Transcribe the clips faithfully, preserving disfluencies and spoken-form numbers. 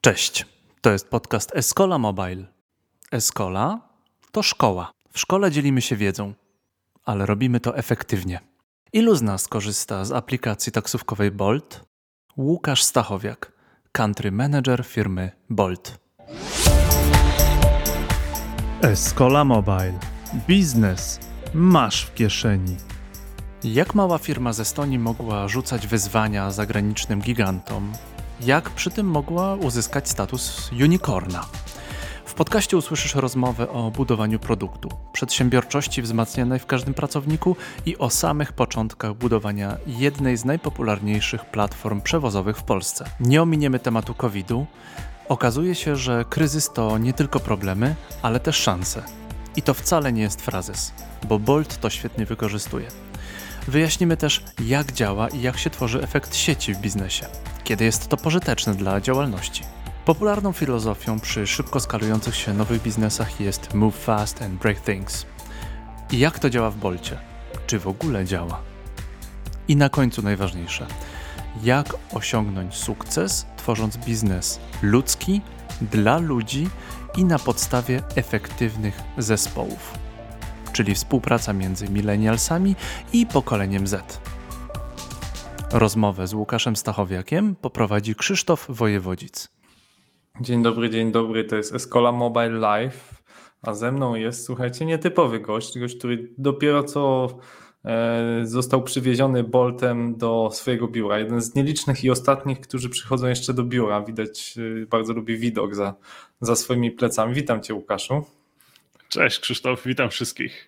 Cześć, to jest podcast Escola Mobile. Escola to szkoła. W szkole dzielimy się wiedzą, ale robimy to efektywnie. Ilu z nas korzysta z aplikacji taksówkowej Bolt? Łukasz Stachowiak, country manager firmy Bolt. Escola Mobile. Biznes masz w kieszeni. Jak mała firma z Estonii mogła rzucać wyzwania zagranicznym gigantom? Jak przy tym mogła uzyskać status unicorna? W podcaście usłyszysz rozmowę o budowaniu produktu, przedsiębiorczości wzmacnianej w każdym pracowniku i o samych początkach budowania jednej z najpopularniejszych platform przewozowych w Polsce. Nie ominiemy tematu kowida. Okazuje się, że kryzys to nie tylko problemy, ale też szanse. I to wcale nie jest frazes, bo Bolt to świetnie wykorzystuje. Wyjaśnimy też, jak działa i jak się tworzy efekt sieci w biznesie, kiedy jest to pożyteczne dla działalności. Popularną filozofią przy szybko skalujących się nowych biznesach jest move fast and break things. I jak to działa w Bolcie? Czy w ogóle działa? I na końcu najważniejsze. Jak osiągnąć sukces, tworząc biznes ludzki, dla ludzi i na podstawie efektywnych zespołów, czyli współpraca między millennialsami i pokoleniem Z. Rozmowę z Łukaszem Stachowiakiem poprowadzi Krzysztof Wojewodzic. Dzień dobry, dzień dobry, to jest Escola Mobile Live, a ze mną jest, słuchajcie, nietypowy gość, gość, który dopiero co e, został przywieziony Boltem do swojego biura. Jeden z nielicznych i ostatnich, którzy przychodzą jeszcze do biura. Widać, e, bardzo lubi widok za, za swoimi plecami. Witam Cię, Łukaszu. Cześć Krzysztof, witam wszystkich.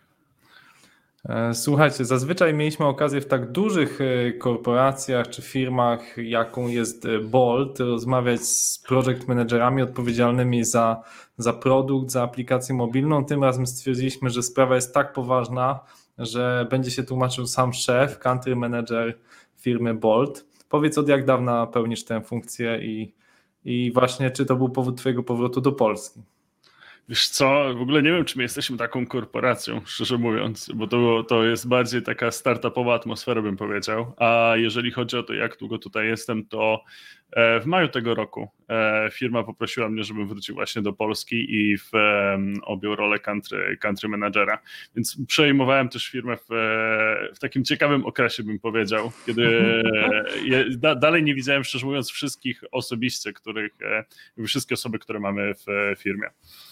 Słuchajcie, zazwyczaj mieliśmy okazję w tak dużych korporacjach czy firmach, jaką jest Bolt, rozmawiać z project managerami odpowiedzialnymi za, za produkt, za aplikację mobilną. Tym razem stwierdziliśmy, że sprawa jest tak poważna, że będzie się tłumaczył sam szef, country manager firmy Bolt. Powiedz, od jak dawna pełnisz tę funkcję i, i właśnie czy to był powód twojego powrotu do Polski? Wiesz co, w ogóle nie wiem, czy my jesteśmy taką korporacją, szczerze mówiąc, bo to, to jest bardziej taka startupowa atmosfera, bym powiedział. A jeżeli chodzi o to, jak długo tutaj jestem, to w maju tego roku firma poprosiła mnie, żebym wrócił właśnie do Polski i w, objął rolę country, country managera. Więc przejmowałem też firmę w, w takim ciekawym okresie, bym powiedział, kiedy je, da, dalej nie widziałem, szczerze mówiąc, wszystkich osobiście, których, wszystkie osoby, które mamy w firmie.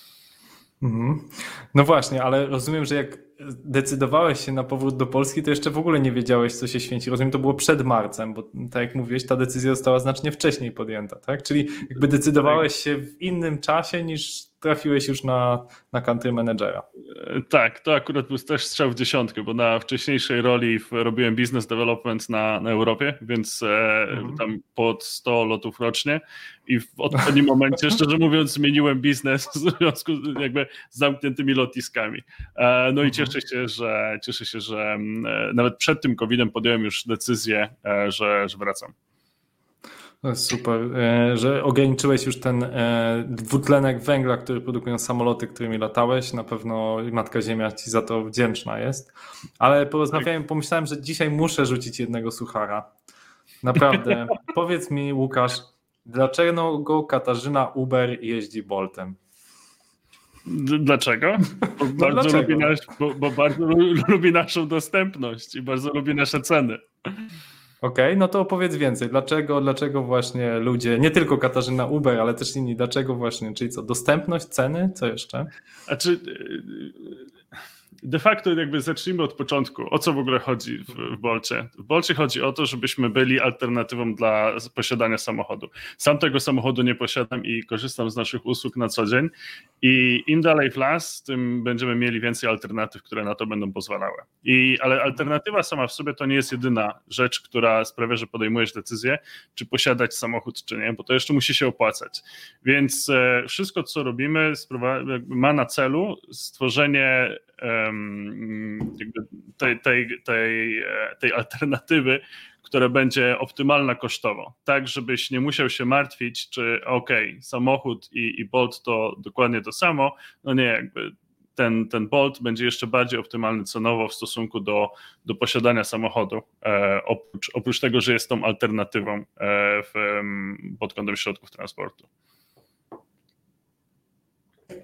No właśnie, ale rozumiem, że jak decydowałeś się na powrót do Polski, to jeszcze w ogóle nie wiedziałeś, co się święci. Rozumiem, to było przed marcem, bo tak jak mówiłeś, ta decyzja została znacznie wcześniej podjęta, tak? Czyli jakby decydowałeś się w innym czasie niż trafiłeś już na, na country managera. Tak, to akurat był też strzał w dziesiątkę, bo na wcześniejszej roli robiłem business development na, na Europie, więc mhm. tam pod sto lotów rocznie i w odpowiednim momencie, szczerze mówiąc, zmieniłem biznes w związku jakby z zamkniętymi lotniskami. No mhm. i cieszę się, że cieszę się, że nawet przed tym kowidem podjąłem już decyzję, że, że wracam. To jest super, że ograniczyłeś już ten dwutlenek węgla, który produkują samoloty, którymi latałeś. Na pewno Matka Ziemia ci za to wdzięczna jest. Ale porozmawiałem, pomyślałem, że dzisiaj muszę rzucić jednego suchara. Naprawdę. Powiedz mi, Łukasz, dlaczego Katarzyna Uber jeździ Boltem? Dlaczego? Bo, no bardzo dlaczego? Lubi nasz, bo, bo bardzo lubi naszą dostępność i bardzo lubi nasze ceny. Okej, okay, no to opowiedz więcej. Dlaczego, dlaczego właśnie ludzie, nie tylko Katarzyna Uber, ale też inni, dlaczego właśnie, czyli co, dostępność, ceny, co jeszcze? A czy de facto jakby zacznijmy od początku. O co w ogóle chodzi w, w Bolcie? W Bolcie chodzi o to, żebyśmy byli alternatywą dla posiadania samochodu. Sam tego samochodu nie posiadam i korzystam z naszych usług na co dzień i im dalej w las, tym będziemy mieli więcej alternatyw, które na to będą pozwalały. I, ale alternatywa sama w sobie to nie jest jedyna rzecz, która sprawia, że podejmujesz decyzję, czy posiadać samochód, czy nie, bo to jeszcze musi się opłacać. Więc e, wszystko, co robimy, ma na celu stworzenie jakby tej, tej, tej, tej alternatywy, która będzie optymalna kosztowo, tak żebyś nie musiał się martwić, czy okej, okay, samochód i, i Bolt to dokładnie to samo, no nie, jakby ten, ten Bolt będzie jeszcze bardziej optymalny cenowo w stosunku do, do posiadania samochodu, e, oprócz, oprócz tego, że jest tą alternatywą e, w, pod kątem środków transportu.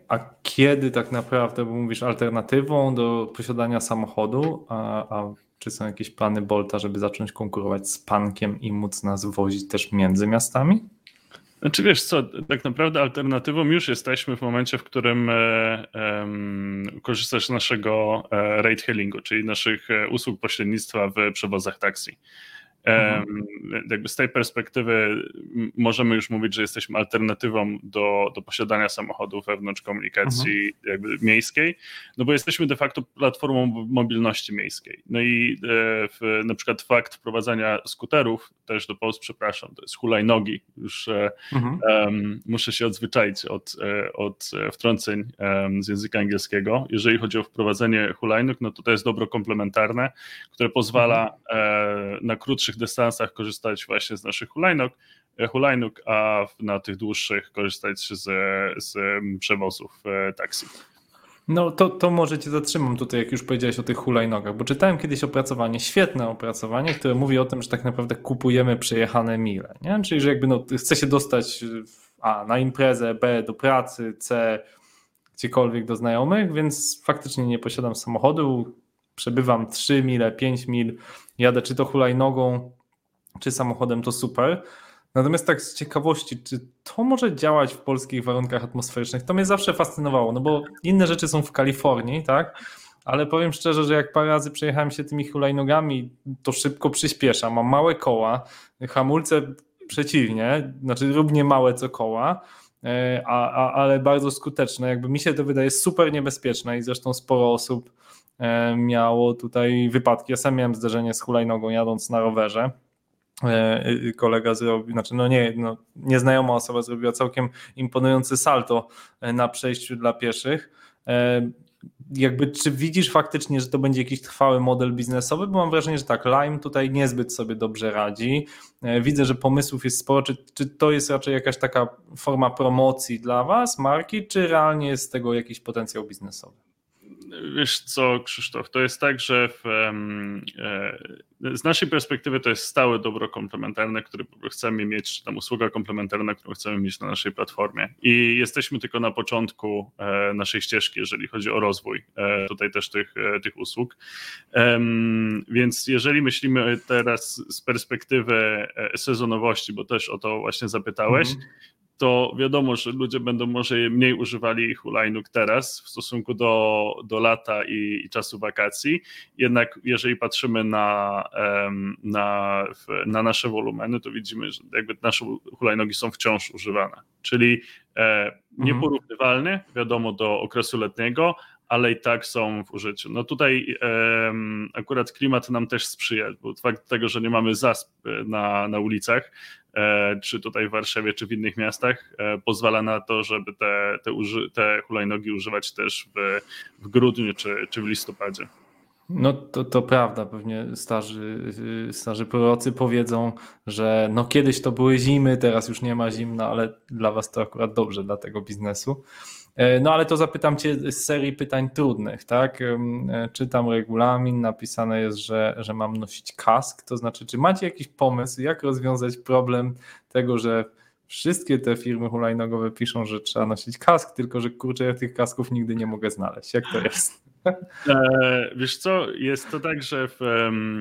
a kiedy tak naprawdę, bo mówisz alternatywą do posiadania samochodu, a, a czy są jakieś plany Bolta, żeby zacząć konkurować z Punkiem i móc nas wozić też między miastami? Znaczy wiesz co, tak naprawdę alternatywą już jesteśmy w momencie, w którym e, um, korzystasz z naszego e, ride hailingu, czyli naszych e, usług pośrednictwa w przewozach taksi. Mhm. Jakby z tej perspektywy możemy już mówić, że jesteśmy alternatywą do, do posiadania samochodu wewnątrz komunikacji mhm. jakby miejskiej, no bo jesteśmy de facto platformą mobilności miejskiej. No i w, na przykład fakt wprowadzania skuterów też do Polski, przepraszam, to jest hulajnogi, już mhm. um, muszę się odzwyczaić od, od wtrąceń um, z języka angielskiego. Jeżeli chodzi o wprowadzenie hulajnóg, no to to jest dobro komplementarne, które pozwala mhm. na krótszych dystansach korzystać właśnie z naszych hulajnóg, hulajnóg, a na tych dłuższych korzystać z, z przewozów taksi. No to, to może cię zatrzymam tutaj, jak już powiedziałeś o tych hulajnogach, bo czytałem kiedyś opracowanie, świetne opracowanie, które mówi o tym, że tak naprawdę kupujemy przejechane mile, nie? Czyli że jakby no, chce się dostać A na imprezę, B do pracy, C gdziekolwiek do znajomych, więc faktycznie nie posiadam samochodu, przebywam trzy mile, pięć mil, jadę czy to hulajnogą, czy samochodem, to super. Natomiast tak z ciekawości, czy to może działać w polskich warunkach atmosferycznych? To mnie zawsze fascynowało, no bo inne rzeczy są w Kalifornii, tak? Ale powiem szczerze, że jak parę razy przejechałem się tymi hulajnogami, to szybko przyspiesza. Mam małe koła, hamulce przeciwnie, znaczy równie małe co koła, a, a, ale bardzo skuteczne. Jakby mi się to wydaje super niebezpieczne i zresztą sporo osób miało tutaj wypadki. Ja sam miałem zderzenie z hulajnogą jadąc na rowerze. Kolega zrobił, znaczy no nie, no nieznajoma osoba zrobiła całkiem imponujący salto na przejściu dla pieszych. Jakby czy widzisz faktycznie, że to będzie jakiś trwały model biznesowy? Bo mam wrażenie, że tak, Lime tutaj niezbyt sobie dobrze radzi. Widzę, że pomysłów jest sporo. Czy, czy to jest raczej jakaś taka forma promocji dla was, marki, czy realnie jest z tego jakiś potencjał biznesowy? Wiesz co, Krzysztof, to jest tak, że w, z naszej perspektywy to jest stałe dobro komplementarne, które chcemy mieć, czy tam usługa komplementarna, którą chcemy mieć na naszej platformie. I jesteśmy tylko na początku naszej ścieżki, jeżeli chodzi o rozwój tutaj też tych, tych usług. Więc jeżeli myślimy teraz z perspektywy sezonowości, bo też o to właśnie zapytałeś, mhm. to wiadomo, że ludzie będą może mniej używali hulajnóg teraz w stosunku do, do lata i, i czasu wakacji. Jednak jeżeli patrzymy na, na, na nasze wolumeny, to widzimy, że jakby nasze hulajnogi są wciąż używane. Czyli nieporównywalne, wiadomo, do okresu letniego, ale i tak są w użyciu. No tutaj um, akurat klimat nam też sprzyja, bo fakt tego, że nie mamy zasp na, na ulicach, e, czy tutaj w Warszawie, czy w innych miastach, e, pozwala na to, żeby te, te, uży, te hulajnogi używać też w, w grudniu, czy, czy w listopadzie. No to, to prawda, pewnie starzy, starzy prorocy powiedzą, że no kiedyś to były zimy, teraz już nie ma zim, no ale dla was to akurat dobrze, dla tego biznesu. No ale to zapytam cię z serii pytań trudnych, tak? Czytam regulamin, napisane jest, że, że mam nosić kask, to znaczy, czy macie jakiś pomysł, jak rozwiązać problem tego, że wszystkie te firmy hulajnogowe piszą, że trzeba nosić kask, tylko że kurczę, ja tych kasków nigdy nie mogę znaleźć. Jak to jest? E, wiesz co, jest to tak, że w,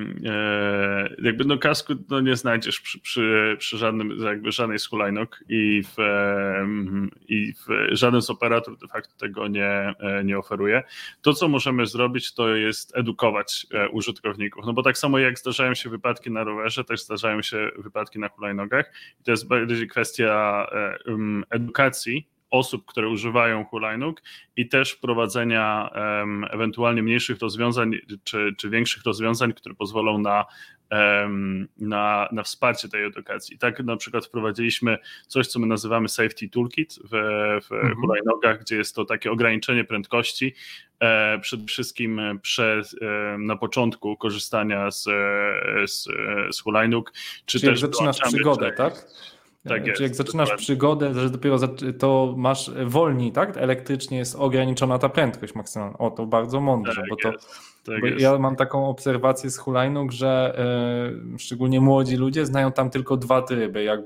e, jakby no kasku no nie znajdziesz przy, przy, przy żadnym, jakby żadnej z hulajnóg i, w, e, i w, żaden z operatorów de facto tego nie, nie oferuje. To, co możemy zrobić, to jest edukować użytkowników, no bo tak samo jak zdarzają się wypadki na rowerze, też zdarzają się wypadki na hulajnogach i to jest bardziej kwestia um, edukacji osób, które używają hulajnóg i też wprowadzenia um, ewentualnie mniejszych rozwiązań czy, czy większych rozwiązań, które pozwolą na, um, na, na wsparcie tej edukacji. I tak na przykład wprowadziliśmy coś, co my nazywamy Safety Toolkit w, w mhm. hulajnogach, gdzie jest to takie ograniczenie prędkości, e, przede wszystkim prze, e, na początku korzystania z, z, z hulajnóg. Czy Czyli też zaczynasz przygodę, tak? Tak Czyli jest, jak zaczynasz dokładnie. przygodę, że dopiero to masz wolniej, tak? Elektrycznie jest ograniczona ta prędkość maksymalna. O, to bardzo mądrze, tak bo to jest, tak bo jest. ja mam taką obserwację z hulajnóg, że y, szczególnie młodzi ludzie znają tam tylko dwa tryby, jakby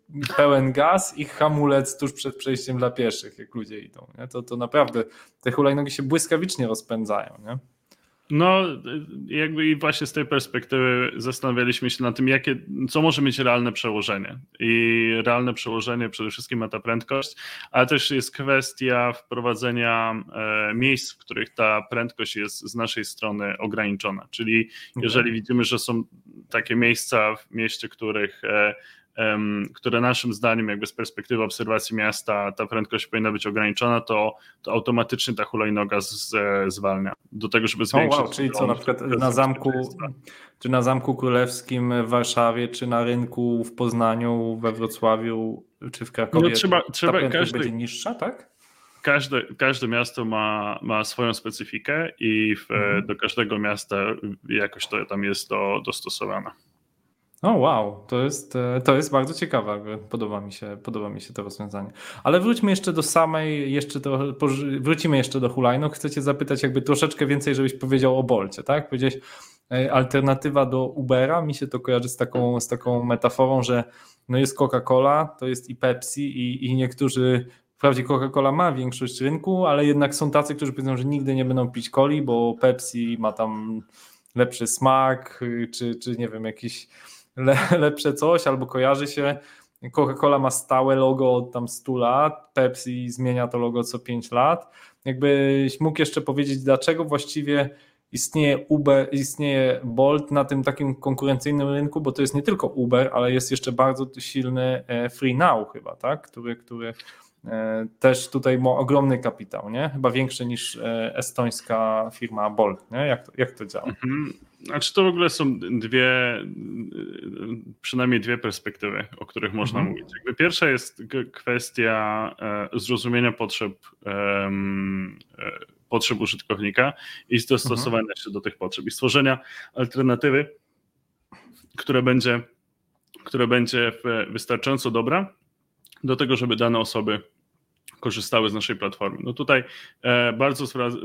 pełen gaz i hamulec tuż przed przejściem dla pieszych, jak ludzie idą. Nie? To, to naprawdę te hulajnogi się błyskawicznie rozpędzają. Nie? No, jakby i właśnie z tej perspektywy zastanawialiśmy się nad tym, jakie, co może mieć realne przełożenie. I realne przełożenie przede wszystkim ma ta prędkość, ale też jest kwestia wprowadzenia e, miejsc, w których ta prędkość jest z naszej strony ograniczona. Czyli jeżeli okay. widzimy, że są takie miejsca w mieście, których e, które naszym zdaniem jakby z perspektywy obserwacji miasta ta prędkość powinna być ograniczona, to, to automatycznie ta hulajnoga z, zwalnia do tego, żeby zwiększyć. O, wow, czyli co na przykład na zamku, czy na Zamku Królewskim w Warszawie, czy na rynku w Poznaniu, we Wrocławiu, czy w Krakowie, no, trzeba, ta trzeba, prędkość każdy, będzie niższa, tak? Każde, każde miasto ma, ma swoją specyfikę i w, mhm. do każdego miasta jakoś to tam jest do, dostosowane. O wow, to jest, to jest bardzo ciekawe, podoba mi się, podoba mi się to rozwiązanie. Ale wróćmy jeszcze do samej, jeszcze do, wrócimy jeszcze do hulajnóg. Chcę cię zapytać jakby troszeczkę więcej, żebyś powiedział o Bolcie, tak? Powiedziałeś alternatywa do Ubera, mi się to kojarzy z taką, z taką metaforą, że no jest Coca-Cola, to jest i Pepsi i, i niektórzy, wprawdzie Coca-Cola ma większość rynku, ale jednak są tacy, którzy powiedzą, że nigdy nie będą pić coli, bo Pepsi ma tam lepszy smak, czy, czy nie wiem, jakiś lepsze coś, albo kojarzy się. Coca-Cola ma stałe logo od tam stu lat, Pepsi zmienia to logo co pięć lat. Jakbyś mógł jeszcze powiedzieć, dlaczego właściwie istnieje Uber, istnieje Bolt na tym takim konkurencyjnym rynku, bo to jest nie tylko Uber, ale jest jeszcze bardzo silny Free Now chyba, tak? Który, który też tutaj ma ogromny kapitał, nie? Chyba większy niż estońska firma Bolt, nie? Jak to, jak to działa? Mhm. Znaczy to w ogóle są dwie, przynajmniej dwie perspektywy, o których można mhm. mówić. Jakby pierwsza jest kwestia zrozumienia potrzeb, potrzeb użytkownika i dostosowania mhm. się do tych potrzeb i stworzenia alternatywy, która będzie, która będzie wystarczająco dobra do tego, żeby dane osoby korzystały z naszej platformy. No tutaj e, bardzo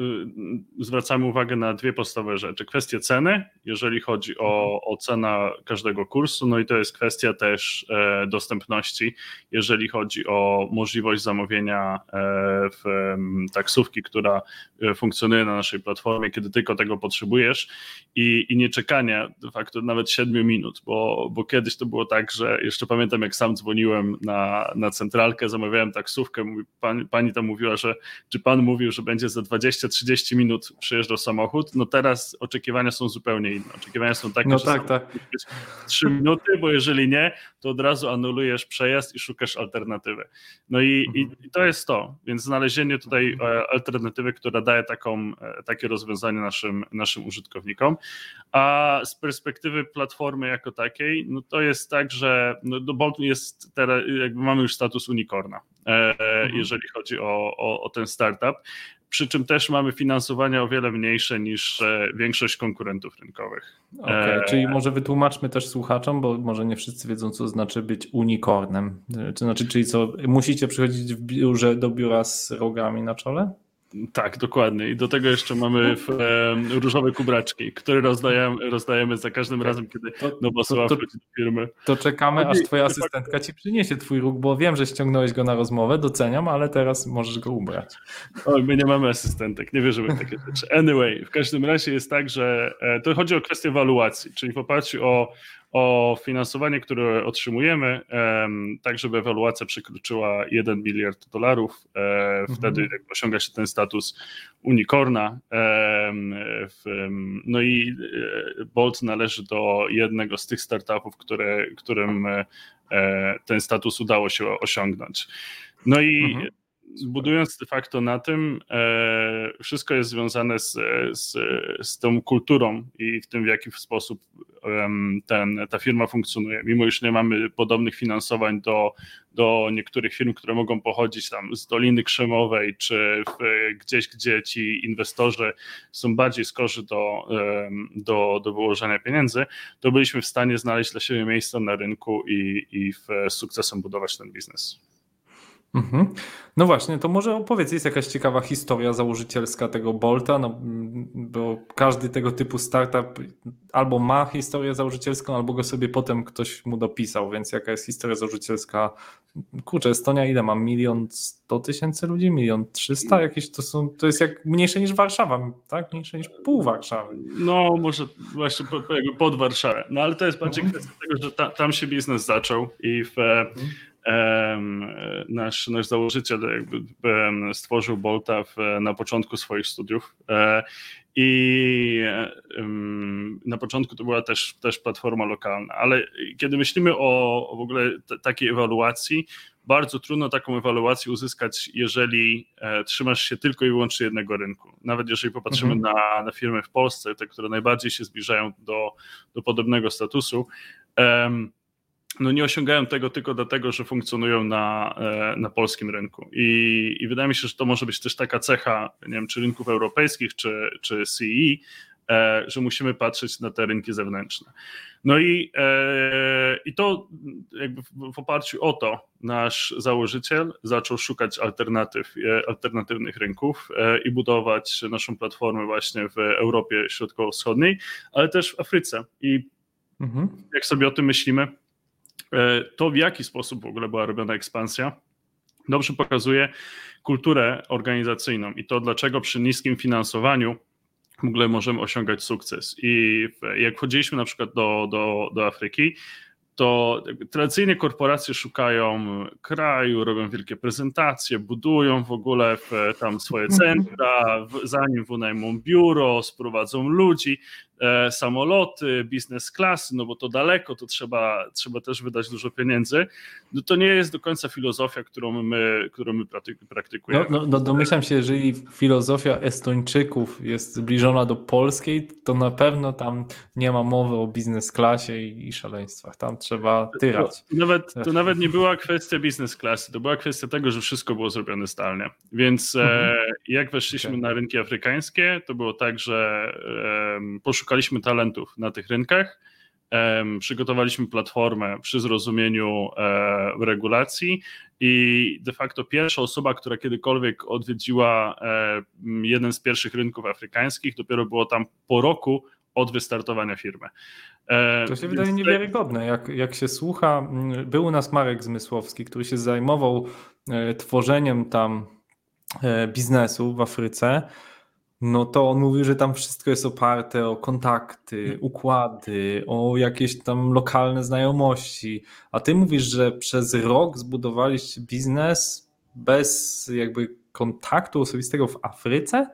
zwracamy uwagę na dwie podstawowe rzeczy. Kwestia ceny, jeżeli chodzi o, o cenę każdego kursu, no i to jest kwestia też e, dostępności, jeżeli chodzi o możliwość zamówienia e, w m, taksówki, która funkcjonuje na naszej platformie, kiedy tylko tego potrzebujesz i, i nie czekania de facto nawet siedmiu minut, bo, bo kiedyś to było tak, że jeszcze pamiętam, jak sam dzwoniłem na, na centralkę, zamawiałem taksówkę, mówi, Pani, pani tam mówiła, że czy pan mówił, że będzie za dwadzieścia trzydzieści minut przyjeżdżał samochód, no teraz oczekiwania są zupełnie inne. Oczekiwania są takie, no że tak, tak. trzy minuty, bo jeżeli nie, to od razu anulujesz przejazd i szukasz alternatywy. No i, mhm. i to jest to, więc znalezienie tutaj alternatywy, która daje taką, takie rozwiązanie naszym, naszym użytkownikom, a z perspektywy platformy jako takiej, no to jest tak, że no Bolt jest teraz, jakby mamy już status unicorna, mhm. jeżeli chodzi o, o, o ten startup, przy czym też mamy finansowania o wiele mniejsze niż większość konkurentów rynkowych. Okay, e... Czyli może wytłumaczmy też słuchaczom, bo może nie wszyscy wiedzą, co znaczy być unicornem. Czy znaczy, czyli co, musicie przychodzić w biurze do biura z rogami na czole? Tak, dokładnie. I do tego jeszcze mamy w, e, różowe kubraczki, które rozdajemy, rozdajemy za każdym okay. razem, kiedy nowa osoba wchodzi do firmy. To czekamy, aż twoja asystentka ci przyniesie twój róg, bo wiem, że ściągnąłeś go na rozmowę, doceniam, ale teraz możesz go ubrać. Oj, my nie mamy asystentek, nie wierzymy w takie rzeczy. Anyway, w każdym razie jest tak, że e, to chodzi o kwestię ewaluacji, czyli w oparciu o o finansowanie, które otrzymujemy, tak żeby ewaluacja przekroczyła jeden miliard dolarów, wtedy mhm. osiąga się ten status unicorna. No i Bolt należy do jednego z tych startupów, które, którym ten status udało się osiągnąć. No i mhm. budując de facto na tym, e, wszystko jest związane z, z, z tą kulturą i w tym, w jaki sposób um, ten, ta firma funkcjonuje. Mimo iż nie mamy podobnych finansowań do, do niektórych firm, które mogą pochodzić tam z Doliny Krzemowej, czy w, gdzieś, gdzie ci inwestorzy są bardziej skorzy do, um, do, do wyłożenia pieniędzy, to byliśmy w stanie znaleźć dla siebie miejsce na rynku i, i w, z sukcesem budować ten biznes. Mhm. No właśnie, to może opowiedz, jest jakaś ciekawa historia założycielska tego Bolta, no, bo każdy tego typu startup albo ma historię założycielską, albo go sobie potem ktoś mu dopisał, więc jaka jest historia założycielska? Kurczę, Estonia ile ma? Milion sto tysięcy ludzi? Milion trzysta? Jakieś to są, to jest jak mniejsze niż Warszawa, tak? Mniejsze niż pół Warszawy. No może właśnie po, jakby pod Warszawę, no ale to jest bardziej Mhm. kwestia tego, że ta, tam się biznes zaczął i w Mhm. Nasz, nasz założyciel jakby stworzył Bolta w, na początku swoich studiów i na początku to była też, też platforma lokalna, ale kiedy myślimy o, o w ogóle t- takiej ewaluacji, bardzo trudno taką ewaluację uzyskać, jeżeli e, trzymasz się tylko i wyłącznie jednego rynku. Nawet jeżeli popatrzymy Mhm. na, na firmy w Polsce, te, które najbardziej się zbliżają do, do podobnego statusu, em, no nie osiągają tego tylko dlatego, że funkcjonują na, na polskim rynku. I, I wydaje mi się, że to może być też taka cecha, nie wiem, czy rynków europejskich, czy, czy C E, e, że musimy patrzeć na te rynki zewnętrzne. No i, e, i to jakby w, w oparciu o to nasz założyciel zaczął szukać alternatyw, e, alternatywnych rynków e, i budować naszą platformę właśnie w Europie Środkowo-Wschodniej, ale też w Afryce. I Mhm. jak sobie o tym myślimy, to w jaki sposób w ogóle była robiona ekspansja, dobrze pokazuje kulturę organizacyjną i to, dlaczego przy niskim finansowaniu w ogóle możemy osiągać sukces. I jak wchodziliśmy na przykład do, do, do Afryki, to tradycyjnie korporacje szukają kraju, robią wielkie prezentacje, budują w ogóle w, tam swoje centra, w, zanim wynajmą biuro, sprowadzą ludzi, e, samoloty, biznes klasy, no bo to daleko, to trzeba, trzeba też wydać dużo pieniędzy. No to nie jest do końca filozofia, którą my, którą my praktykujemy. No, no, no domyślam się, jeżeli filozofia Estończyków jest zbliżona do polskiej, to na pewno tam nie ma mowy o biznes klasie i, i szaleństwach. Tam trzeba tyrać. To nawet, to nawet nie była kwestia biznes klasy, to była kwestia tego, że wszystko było zrobione zdalnie. Więc mhm. e, jak weszliśmy okay. na rynki afrykańskie, to było tak, że e, poszukaliśmy talentów na tych rynkach, e, przygotowaliśmy platformę przy zrozumieniu e, regulacji i de facto pierwsza osoba, która kiedykolwiek odwiedziła e, jeden z pierwszych rynków afrykańskich, dopiero było tam po roku od wystartowania firmy. To się wydaje niewiarygodne, jak, jak się słucha. Był u nas Marek Zmysłowski, który się zajmował tworzeniem tam biznesu w Afryce, no to on mówił, że tam wszystko jest oparte o kontakty, układy, o jakieś tam lokalne znajomości, a ty mówisz, że przez rok zbudowaliście biznes bez jakby kontaktu osobistego w Afryce?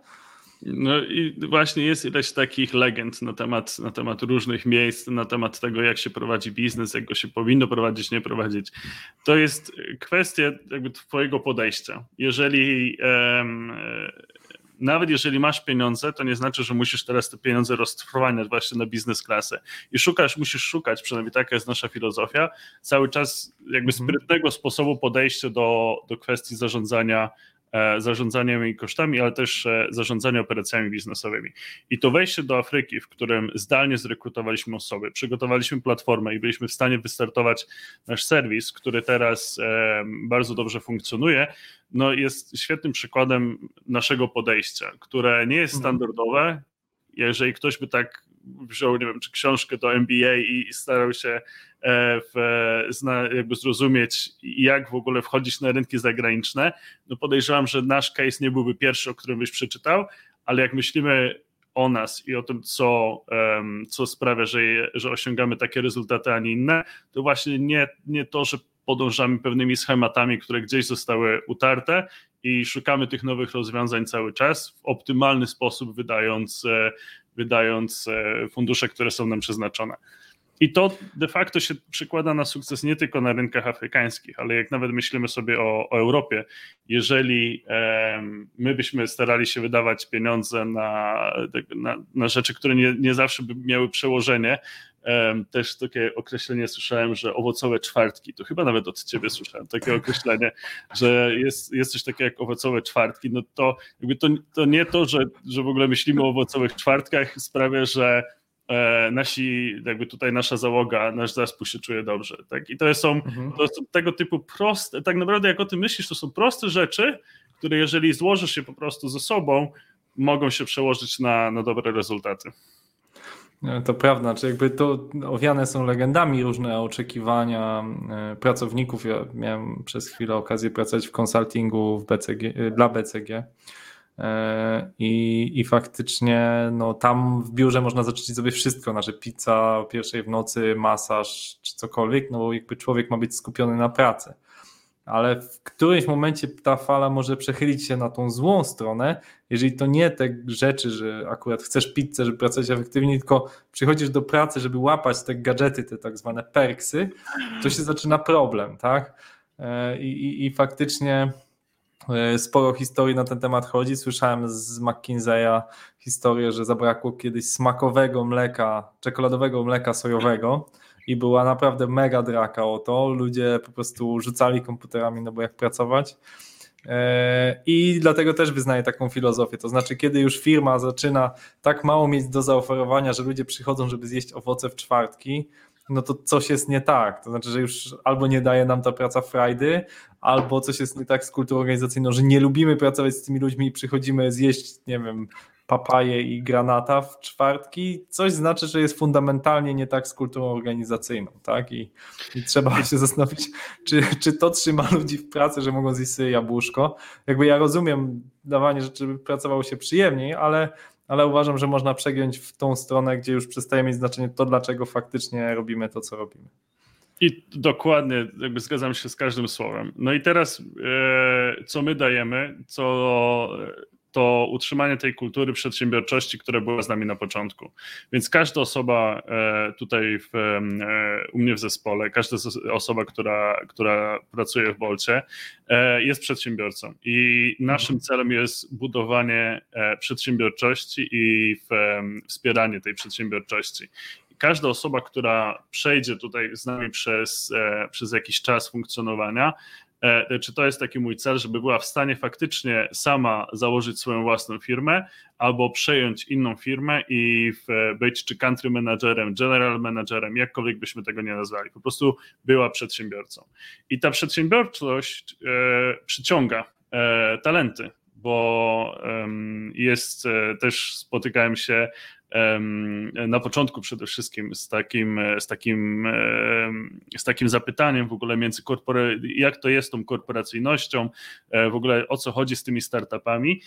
No i właśnie jest ileś takich legend na temat, na temat różnych miejsc, na temat tego, jak się prowadzi biznes, jak go się powinno prowadzić, nie prowadzić. To jest kwestia jakby twojego podejścia. Jeżeli um, nawet jeżeli masz pieniądze, to nie znaczy, że musisz teraz te pieniądze roztrwaniać właśnie na biznes klasę. I szukasz, musisz szukać, przynajmniej taka jest nasza filozofia, cały czas jakby sprytnego sposobu podejścia do, do kwestii zarządzania zarządzaniem i kosztami, ale też zarządzania operacjami biznesowymi. I to wejście do Afryki, w którym zdalnie zrekrutowaliśmy osoby, przygotowaliśmy platformę i byliśmy w stanie wystartować nasz serwis, który teraz bardzo dobrze funkcjonuje, no jest świetnym przykładem naszego podejścia, które nie jest standardowe. Jeżeli ktoś by tak wziął, nie wiem, czy książkę do M B A i starał się w, zna, jakby zrozumieć, jak w ogóle wchodzić na rynki zagraniczne, no podejrzewam, że nasz case nie byłby pierwszy, o którym byś przeczytał, ale jak myślimy o nas i o tym, co, co sprawia, że, je, że osiągamy takie rezultaty, a nie inne, to właśnie nie, nie to, że podążamy pewnymi schematami, które gdzieś zostały utarte i szukamy tych nowych rozwiązań cały czas w optymalny sposób, wydając, wydając fundusze, które są nam przeznaczone. I to de facto się przekłada na sukces nie tylko na rynkach afrykańskich, ale jak nawet myślimy sobie o, o Europie, jeżeli um, my byśmy starali się wydawać pieniądze na, na, na rzeczy, które nie, nie zawsze by miały przełożenie, um, też takie określenie słyszałem, że owocowe czwartki, to chyba nawet od ciebie słyszałem takie określenie, że jest, jest coś takiego jak owocowe czwartki, no to jakby to, to nie to, że, że w ogóle myślimy o owocowych czwartkach sprawia, że e, nasi, jakby tutaj nasza załoga, nasz zespół się czuje dobrze. Tak? I to są, mhm. to są tego typu proste, tak naprawdę jak o tym myślisz, to są proste rzeczy, które jeżeli złożysz je po prostu ze sobą, mogą się przełożyć na, na dobre rezultaty. To prawda, znaczy jakby to owiane są legendami różne oczekiwania pracowników. Ja miałem przez chwilę okazję pracować w konsultingu w B C G, dla B C G i, i faktycznie no, tam w biurze można zacząć sobie wszystko, znaczy pizza o pierwszej w nocy, masaż czy cokolwiek, no bo jakby człowiek ma być skupiony na pracy. Ale w którymś momencie ta fala może przechylić się na tą złą stronę, jeżeli to nie te rzeczy, że akurat chcesz pizzę, żeby pracować efektywnie, tylko przychodzisz do pracy, żeby łapać te gadżety, te tak zwane perksy, to się zaczyna problem, tak? I, i, i faktycznie sporo historii na ten temat chodzi. Słyszałem z McKinsey'a historię, że zabrakło kiedyś smakowego mleka, czekoladowego mleka sojowego, i była naprawdę mega draka o to. Ludzie po prostu rzucali komputerami, no bo jak pracować. I dlatego też wyznaję taką filozofię. To znaczy, kiedy już firma zaczyna tak mało mieć do zaoferowania, że ludzie przychodzą, żeby zjeść owoce w czwartki, no to coś jest nie tak. To znaczy, że już albo nie daje nam ta praca frajdy, albo coś jest nie tak z kulturą organizacyjną, że nie lubimy pracować z tymi ludźmi i przychodzimy zjeść, nie wiem, papaję i granata w czwartki, coś znaczy, że jest fundamentalnie nie tak z kulturą organizacyjną, tak? I, i trzeba się zastanowić, czy, czy to trzyma ludzi w pracy, że mogą zjeść sobie jabłuszko. Jakby ja rozumiem dawanie rzeczy, żeby pracowało się przyjemniej, ale, ale uważam, że można przegiąć w tą stronę, gdzie już przestaje mieć znaczenie to, dlaczego faktycznie robimy to, co robimy. I dokładnie, jakby zgadzam się z każdym słowem. No i teraz e, co my dajemy, co... to utrzymanie tej kultury przedsiębiorczości, która była z nami na początku. Więc każda osoba tutaj w, u mnie w zespole, każda osoba, która, która pracuje w Bolcie, jest przedsiębiorcą i naszym celem jest budowanie przedsiębiorczości i wspieranie tej przedsiębiorczości. Każda osoba, która przejdzie tutaj z nami przez, przez jakiś czas funkcjonowania, czy to jest taki mój cel, żeby była w stanie faktycznie sama założyć swoją własną firmę albo przejąć inną firmę i być czy country managerem, general managerem, jakkolwiek byśmy tego nie nazwali. Po prostu była przedsiębiorcą. I ta przedsiębiorczość e, przyciąga e, talenty, bo e, jest e, też spotykałem się na początku przede wszystkim z takim, z takim, z takim zapytaniem w ogóle między korpora- jak to jest z tą korporacyjnością, w ogóle o co chodzi z tymi startupami.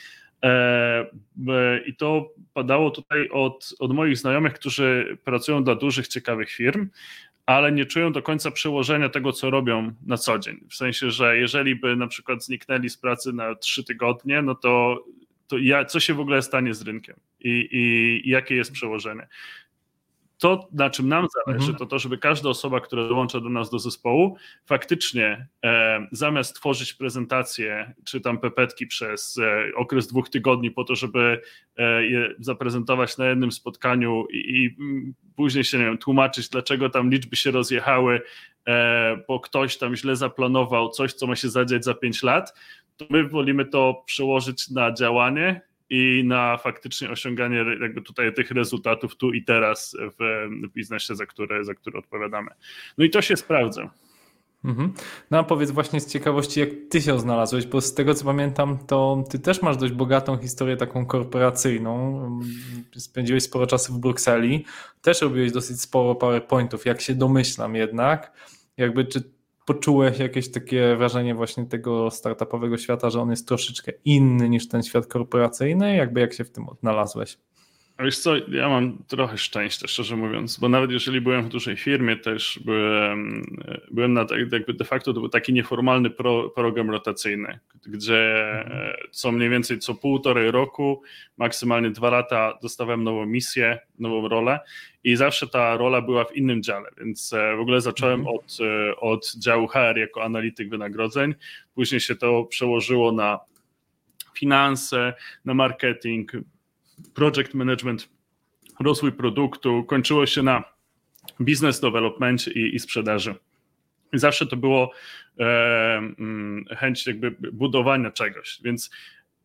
I to padało tutaj od, od moich znajomych, którzy pracują dla dużych, ciekawych firm, ale nie czują do końca przełożenia tego, co robią na co dzień. W sensie, że jeżeli by na przykład zniknęli z pracy na trzy tygodnie, no to to ja, co się w ogóle stanie z rynkiem i, i, i jakie jest przełożenie. To, na czym nam zależy, mhm. to to, żeby każda osoba, która dołącza do nas do zespołu, faktycznie e, zamiast tworzyć prezentacje czy tam pepetki przez e, okres dwóch tygodni po to, żeby e, je zaprezentować na jednym spotkaniu i, i później się, nie wiem, tłumaczyć, dlaczego tam liczby się rozjechały, e, bo ktoś tam źle zaplanował coś, co ma się zadziać za pięć lat, to my wolimy to przełożyć na działanie i na faktycznie osiąganie jakby tutaj tych rezultatów tu i teraz w, w biznesie, za które, za które odpowiadamy. No i to się sprawdza. Mhm. No a powiedz właśnie z ciekawości, jak ty się znalazłeś, bo z tego co pamiętam, to ty też masz dość bogatą historię taką korporacyjną. Spędziłeś sporo czasu w Brukseli, też robiłeś dosyć sporo PowerPointów, jak się domyślam jednak. Jakby czy poczułeś jakieś takie wrażenie właśnie tego startupowego świata, że on jest troszeczkę inny niż ten świat korporacyjny? Jakby jak się w tym odnalazłeś? Wiesz co, ja mam trochę szczęścia, szczerze mówiąc, bo nawet jeżeli byłem w dużej firmie, też byłem, byłem na jakby de facto to był taki nieformalny pro, program rotacyjny, gdzie co mniej więcej co półtorej roku, maksymalnie dwa lata dostawałem nową misję, nową rolę i zawsze ta rola była w innym dziale, więc w ogóle zacząłem od, od działu H R jako analityk wynagrodzeń, później się to przełożyło na finanse, na marketing, project management, rozwój produktu, kończyło się na business development i, i sprzedaży. I zawsze to było e, chęć jakby budowania czegoś, więc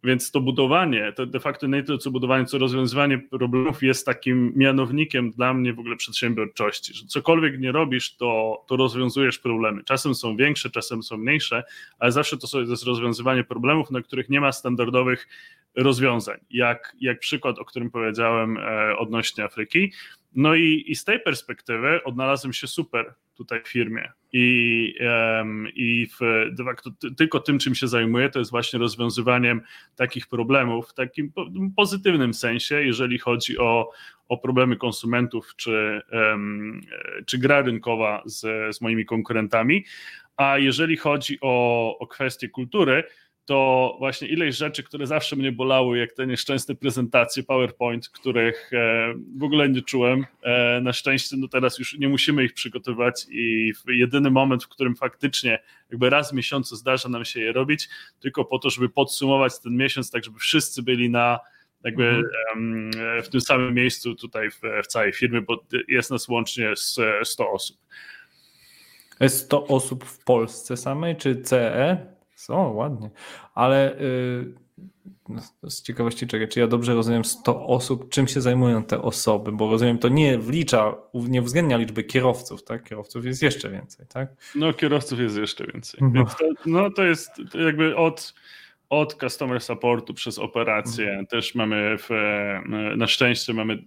Więc to budowanie, to de facto nie tyle co budowanie, co rozwiązywanie problemów jest takim mianownikiem dla mnie w ogóle przedsiębiorczości, że cokolwiek nie robisz, to, to rozwiązujesz problemy. Czasem są większe, czasem są mniejsze, ale zawsze to jest rozwiązywanie problemów, na których nie ma standardowych rozwiązań, jak, jak przykład, o którym powiedziałem e, odnośnie Afryki. No i, i z tej perspektywy odnalazłem się super tutaj w firmie i, um, i w, de facto ty, tylko tym, czym się zajmuję, to jest właśnie rozwiązywaniem takich problemów w takim po, pozytywnym sensie, jeżeli chodzi o, o problemy konsumentów czy, um, czy gra rynkowa z, z moimi konkurentami, a jeżeli chodzi o, o kwestie kultury, to właśnie ileś rzeczy, które zawsze mnie bolały, jak te nieszczęsne prezentacje PowerPoint, których w ogóle nie czułem. Na szczęście no teraz już nie musimy ich przygotowywać i jedyny moment, w którym faktycznie jakby raz w miesiącu zdarza nam się je robić, tylko po to, żeby podsumować ten miesiąc, tak żeby wszyscy byli na jakby mhm. w tym samym miejscu tutaj w, w całej firmie, bo jest nas łącznie sto osób. Jest sto osób w Polsce samej, czy C E? O, ładnie. Ale yy, no, z ciekawości czego, czy ja dobrze rozumiem sto osób, czym się zajmują te osoby, bo rozumiem, to nie wlicza, nie uwzględnia liczby kierowców, tak? Kierowców jest jeszcze więcej, tak? No, kierowców jest jeszcze więcej. No. Więc to, no, to jest to jakby od, od customer supportu przez operację. Mhm. Też mamy, w, na szczęście mamy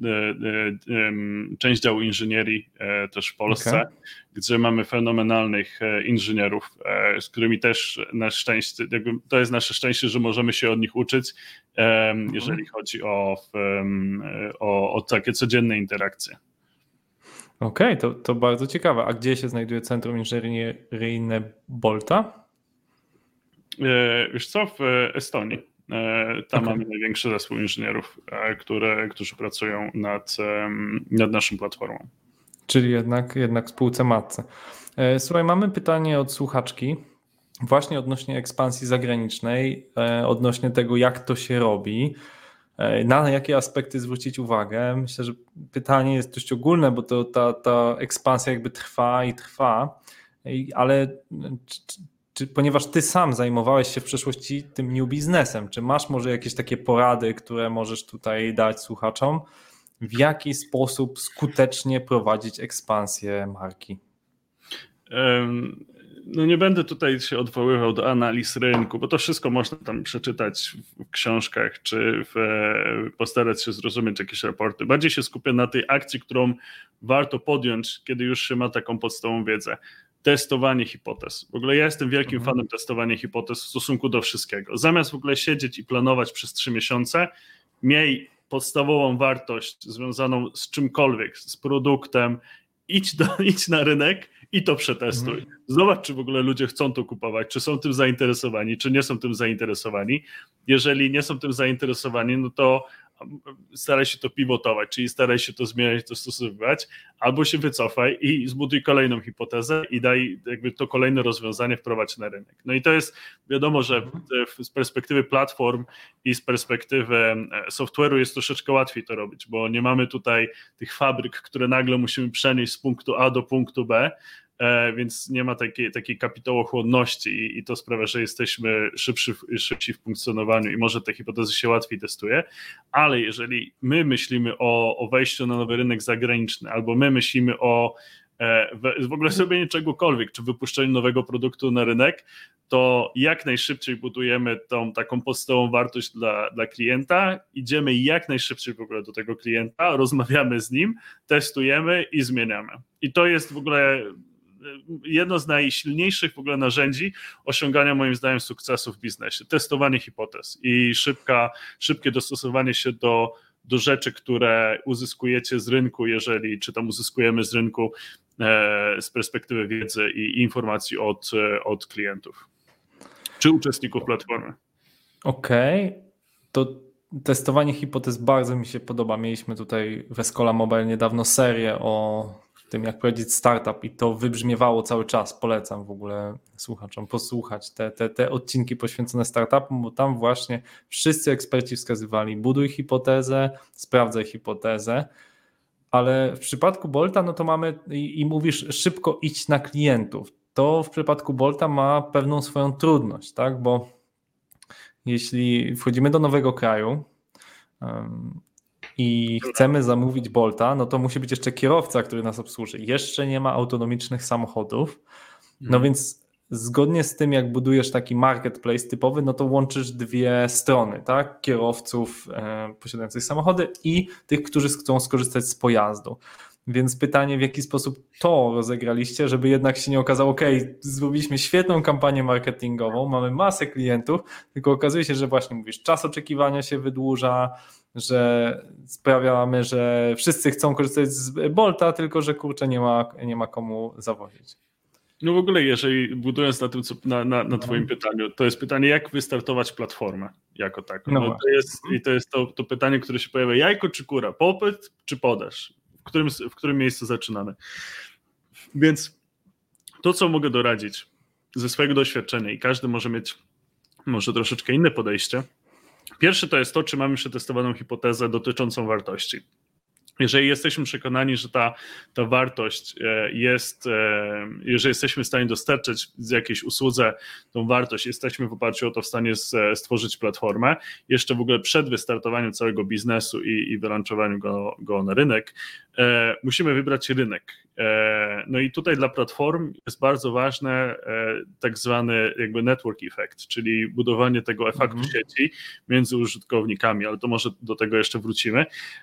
część działu inżynierii też w Polsce, okay. gdzie mamy fenomenalnych inżynierów, z którymi też na szczęście, jakby to jest nasze szczęście, że możemy się od nich uczyć, jeżeli chodzi o, o, o takie codzienne interakcje. Okej, okay, to, to bardzo ciekawe. A gdzie się znajduje Centrum Inżynieryjne Bolta? Wiesz co, w Estonii. Tam okay. mamy największy zespół inżynierów, które, którzy pracują nad, nad naszą platformą. Czyli jednak, jednak spółce matce. Słuchaj, mamy pytanie od słuchaczki właśnie odnośnie ekspansji zagranicznej, odnośnie tego, jak to się robi, na jakie aspekty zwrócić uwagę. Myślę, że pytanie jest dość ogólne, bo to ta, ta ekspansja jakby trwa i trwa, ale czy, czy, ponieważ ty sam zajmowałeś się w przeszłości tym new biznesem, czy masz może jakieś takie porady, które możesz tutaj dać słuchaczom, w jaki sposób skutecznie prowadzić ekspansję marki? Um. No nie będę tutaj się odwoływał do analiz rynku, bo to wszystko można tam przeczytać w książkach, czy w, postarać się zrozumieć jakieś raporty. Bardziej się skupię na tej akcji, którą warto podjąć, kiedy już się ma taką podstawową wiedzę. Testowanie hipotez. W ogóle ja jestem wielkim mhm. fanem testowania hipotez w stosunku do wszystkiego. Zamiast w ogóle siedzieć i planować przez trzy miesiące, miej podstawową wartość związaną z czymkolwiek, z produktem, idź, do, idź na rynek i to przetestuj. Zobacz, czy w ogóle ludzie chcą to kupować, czy są tym zainteresowani, czy nie są tym zainteresowani. Jeżeli nie są tym zainteresowani, no to staraj się to pivotować, czyli staraj się to zmieniać, dostosowywać, albo się wycofaj i zbuduj kolejną hipotezę i daj jakby to kolejne rozwiązanie wprowadź na rynek. No i to jest wiadomo, że z perspektywy platform i z perspektywy software'u jest troszeczkę łatwiej to robić, bo nie mamy tutaj tych fabryk, które nagle musimy przenieść z punktu A do punktu B, więc nie ma takiej, takiej kapitałochłonności i, i to sprawia, że jesteśmy szybszy, szybsi w funkcjonowaniu i może te hipotezy się łatwiej testuje, ale jeżeli my myślimy o, o wejściu na nowy rynek zagraniczny albo my myślimy o w ogóle zrobieniu czegokolwiek, czy wypuszczeniu nowego produktu na rynek, to jak najszybciej budujemy tą taką podstawową wartość dla, dla klienta, idziemy jak najszybciej w ogóle do tego klienta, rozmawiamy z nim, testujemy i zmieniamy. I to jest w ogóle jedno z najsilniejszych w ogóle narzędzi osiągania moim zdaniem sukcesu w biznesie. Testowanie hipotez i szybka, szybkie dostosowanie się do, do rzeczy, które uzyskujecie z rynku, jeżeli czy tam uzyskujemy z rynku e, z perspektywy wiedzy i informacji od, od klientów czy uczestników platformy. Okej, okay. To testowanie hipotez bardzo mi się podoba. Mieliśmy tutaj w Escola Mobile niedawno serię o tym, jak prowadzić startup i to wybrzmiewało cały czas. Polecam w ogóle słuchaczom posłuchać te, te, te odcinki poświęcone startupom, bo tam właśnie wszyscy eksperci wskazywali: buduj hipotezę, sprawdzaj hipotezę, ale w przypadku Bolta no to mamy i, i mówisz szybko idź na klientów. To w przypadku Bolta ma pewną swoją trudność, tak? Bo jeśli wchodzimy do nowego kraju um, i chcemy zamówić Bolta, no to musi być jeszcze kierowca, który nas obsłuży. Jeszcze nie ma autonomicznych samochodów, no hmm. więc zgodnie z tym, jak budujesz taki marketplace typowy, no to łączysz dwie strony, tak? Kierowców e, posiadających samochody i tych, którzy chcą skorzystać z pojazdu. Więc pytanie, w jaki sposób to rozegraliście, żeby jednak się nie okazało, ok, zrobiliśmy świetną kampanię marketingową, mamy masę klientów, tylko okazuje się, że właśnie mówisz, czas oczekiwania się wydłuża, że sprawiamy, że wszyscy chcą korzystać z Bolta, tylko że kurczę nie ma, nie ma komu zawozić. No w ogóle, jeżeli budując na tym, co na, na, na twoim pytaniu, to jest pytanie, jak wystartować platformę jako taką. No, no to jest, I to jest to, to pytanie, które się pojawia, jajko czy kura, popyt czy podaż? W którym, w którym miejscu zaczynamy? Więc to, co mogę doradzić ze swojego doświadczenia i każdy może mieć może troszeczkę inne podejście. Pierwsze to jest to, czy mamy przetestowaną hipotezę dotyczącą wartości. Jeżeli jesteśmy przekonani, że ta, ta wartość jest, jeżeli jesteśmy w stanie dostarczać z jakiejś usłudze tą wartość, jesteśmy w oparciu o to w stanie stworzyć platformę, jeszcze w ogóle przed wystartowaniem całego biznesu i, i wylanczowaniu go, go na rynek, musimy wybrać rynek. No i tutaj dla platform jest bardzo ważne tak zwany jakby network effect, czyli budowanie tego efektu mm-hmm. sieci między użytkownikami, ale to może do tego jeszcze wrócimy.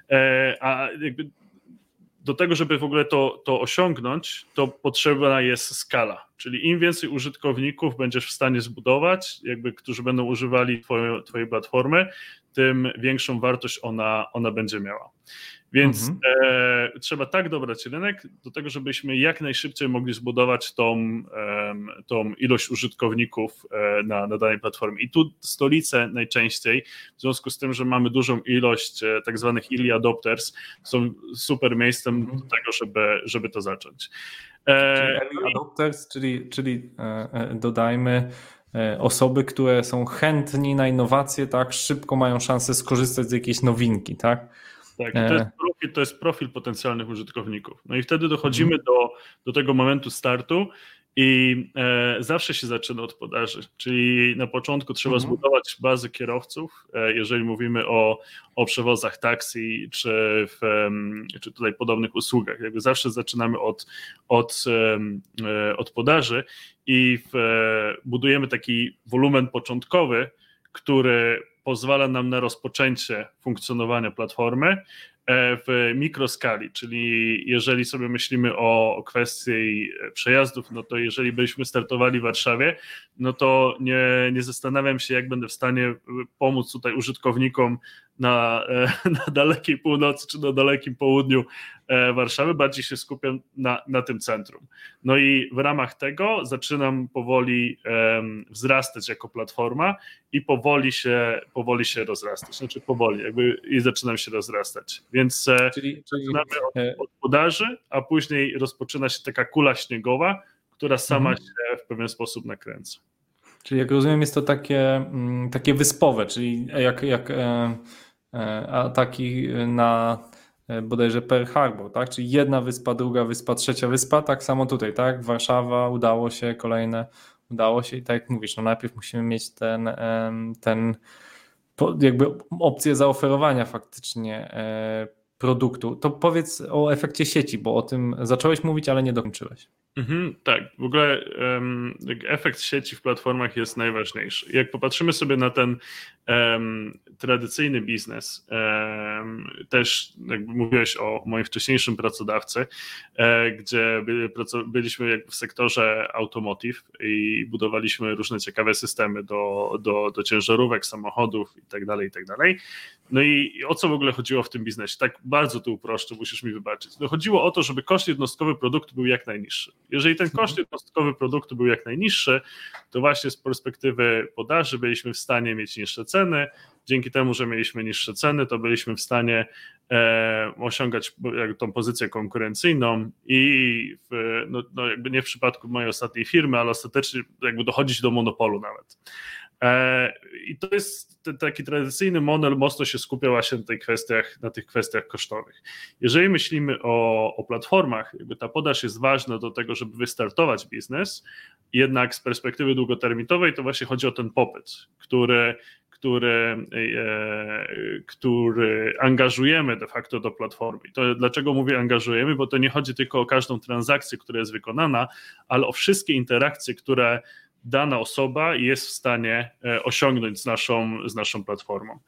A jakby do tego, żeby w ogóle to, to osiągnąć, to potrzebna jest skala, czyli im więcej użytkowników będziesz w stanie zbudować, jakby, którzy będą używali twoje, twojej platformy, tym większą wartość ona, ona będzie miała. Więc mhm. e, trzeba tak dobrać rynek do tego, żebyśmy jak najszybciej mogli zbudować tą, e, tą ilość użytkowników e, na, na danej platformie. I tu stolice najczęściej, w związku z tym, że mamy dużą ilość e, tak zwanych early adopters, są super miejscem mhm. do tego, żeby, żeby to zacząć. E, czyli early adopters, czyli, czyli e, dodajmy osoby, które są chętni na innowacje, tak, szybko mają szansę skorzystać z jakiejś nowinki, tak? Tak, i to jest, profil, to jest profil potencjalnych użytkowników. No i wtedy dochodzimy mhm. do, do tego momentu startu i e, zawsze się zaczyna od podaży, czyli na początku trzeba mhm. zbudować bazę kierowców, e, jeżeli mówimy o, o przewozach taksi czy, w, czy tutaj podobnych usługach. Jakby zawsze zaczynamy od, od, e, od podaży i w, e, budujemy taki wolumen początkowy, który pozwala nam na rozpoczęcie funkcjonowania platformy w mikroskali, czyli jeżeli sobie myślimy o, o kwestii przejazdów, no to jeżeli byśmy startowali w Warszawie, no to nie, nie zastanawiam się, jak będę w stanie pomóc tutaj użytkownikom na, na dalekiej północy czy na dalekim południu Warszawy, bardziej się skupiam na, na tym centrum. No i w ramach tego zaczynam powoli um, wzrastać jako platforma i powoli się, powoli się rozrastać, znaczy powoli jakby i zaczynam się rozrastać. Więc czyli, zaczynamy czyli... od, od podaży, a później rozpoczyna się taka kula śniegowa, która sama mhm. się w pewien sposób nakręca. Czyli jak rozumiem, jest to takie, takie wyspowe, czyli jak, jak ataki na bodajże Pearl Harbor, tak? Czyli jedna wyspa, druga wyspa, trzecia wyspa, tak samo tutaj, tak? Warszawa, udało się, kolejne udało się i tak jak mówisz, no najpierw musimy mieć ten, ten jakby opcję zaoferowania faktycznie produktu. To powiedz o efekcie sieci, bo o tym zacząłeś mówić, ale nie dokończyłeś. Mhm, tak, w ogóle um, efekt sieci w platformach jest najważniejszy. Jak popatrzymy sobie na ten um, tradycyjny biznes, um, też jakby mówiłeś o moim wcześniejszym pracodawcy, e, gdzie by, byliśmy jakby w sektorze automotive i budowaliśmy różne ciekawe systemy do, do, do ciężarówek, samochodów i tak dalej, i tak dalej. No i, i o co w ogóle chodziło w tym biznesie? Tak bardzo tu uproszczę, musisz mi wybaczyć. No chodziło o to, żeby koszt jednostkowy produktu był jak najniższy. Jeżeli ten koszt jednostkowy produktu był jak najniższy, to właśnie z perspektywy podaży byliśmy w stanie mieć niższe ceny. Dzięki temu, że mieliśmy niższe ceny, to byliśmy w stanie e, osiągać tą pozycję konkurencyjną i w, no, no jakby nie w przypadku mojej ostatniej firmy, ale ostatecznie jakby dochodzić do monopolu nawet. I to jest taki tradycyjny model, mocno się skupia właśnie na tych kwestiach, na tych kwestiach kosztowych. Jeżeli myślimy o, o platformach, jakby ta podaż jest ważna do tego, żeby wystartować biznes, jednak z perspektywy długoterminowej to właśnie chodzi o ten popyt, który, który, który angażujemy de facto do platformy. I to dlaczego mówię angażujemy, bo to nie chodzi tylko o każdą transakcję, która jest wykonana, ale o wszystkie interakcje, które dana osoba jest w stanie osiągnąć z naszą, z naszą platformą.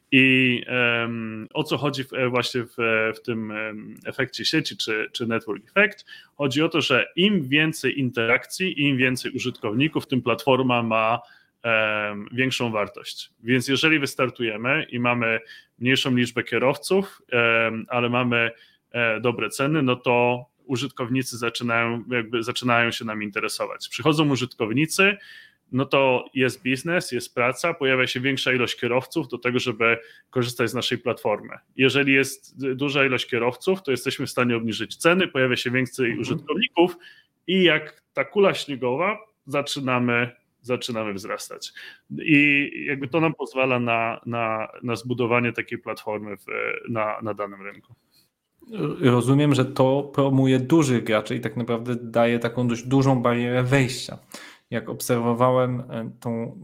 I um, o co chodzi w, właśnie w, w tym efekcie sieci czy, czy network effect? Chodzi o to, że im więcej interakcji, im więcej użytkowników, tym platforma ma um, większą wartość. Więc jeżeli wystartujemy i mamy mniejszą liczbę kierowców, um, ale mamy um, dobre ceny, no to użytkownicy zaczynają, jakby zaczynają się nami interesować. Przychodzą użytkownicy, no to jest biznes, jest praca, pojawia się większa ilość kierowców do tego, żeby korzystać z naszej platformy. Jeżeli jest duża ilość kierowców, to jesteśmy w stanie obniżyć ceny, pojawia się więcej użytkowników i jak ta kula śniegowa zaczynamy, zaczynamy wzrastać. I jakby to nam pozwala na, na, na zbudowanie takiej platformy w, na, na danym rynku. Rozumiem, że to promuje dużych graczy i tak naprawdę daje taką dość dużą barierę wejścia. Jak obserwowałem tą,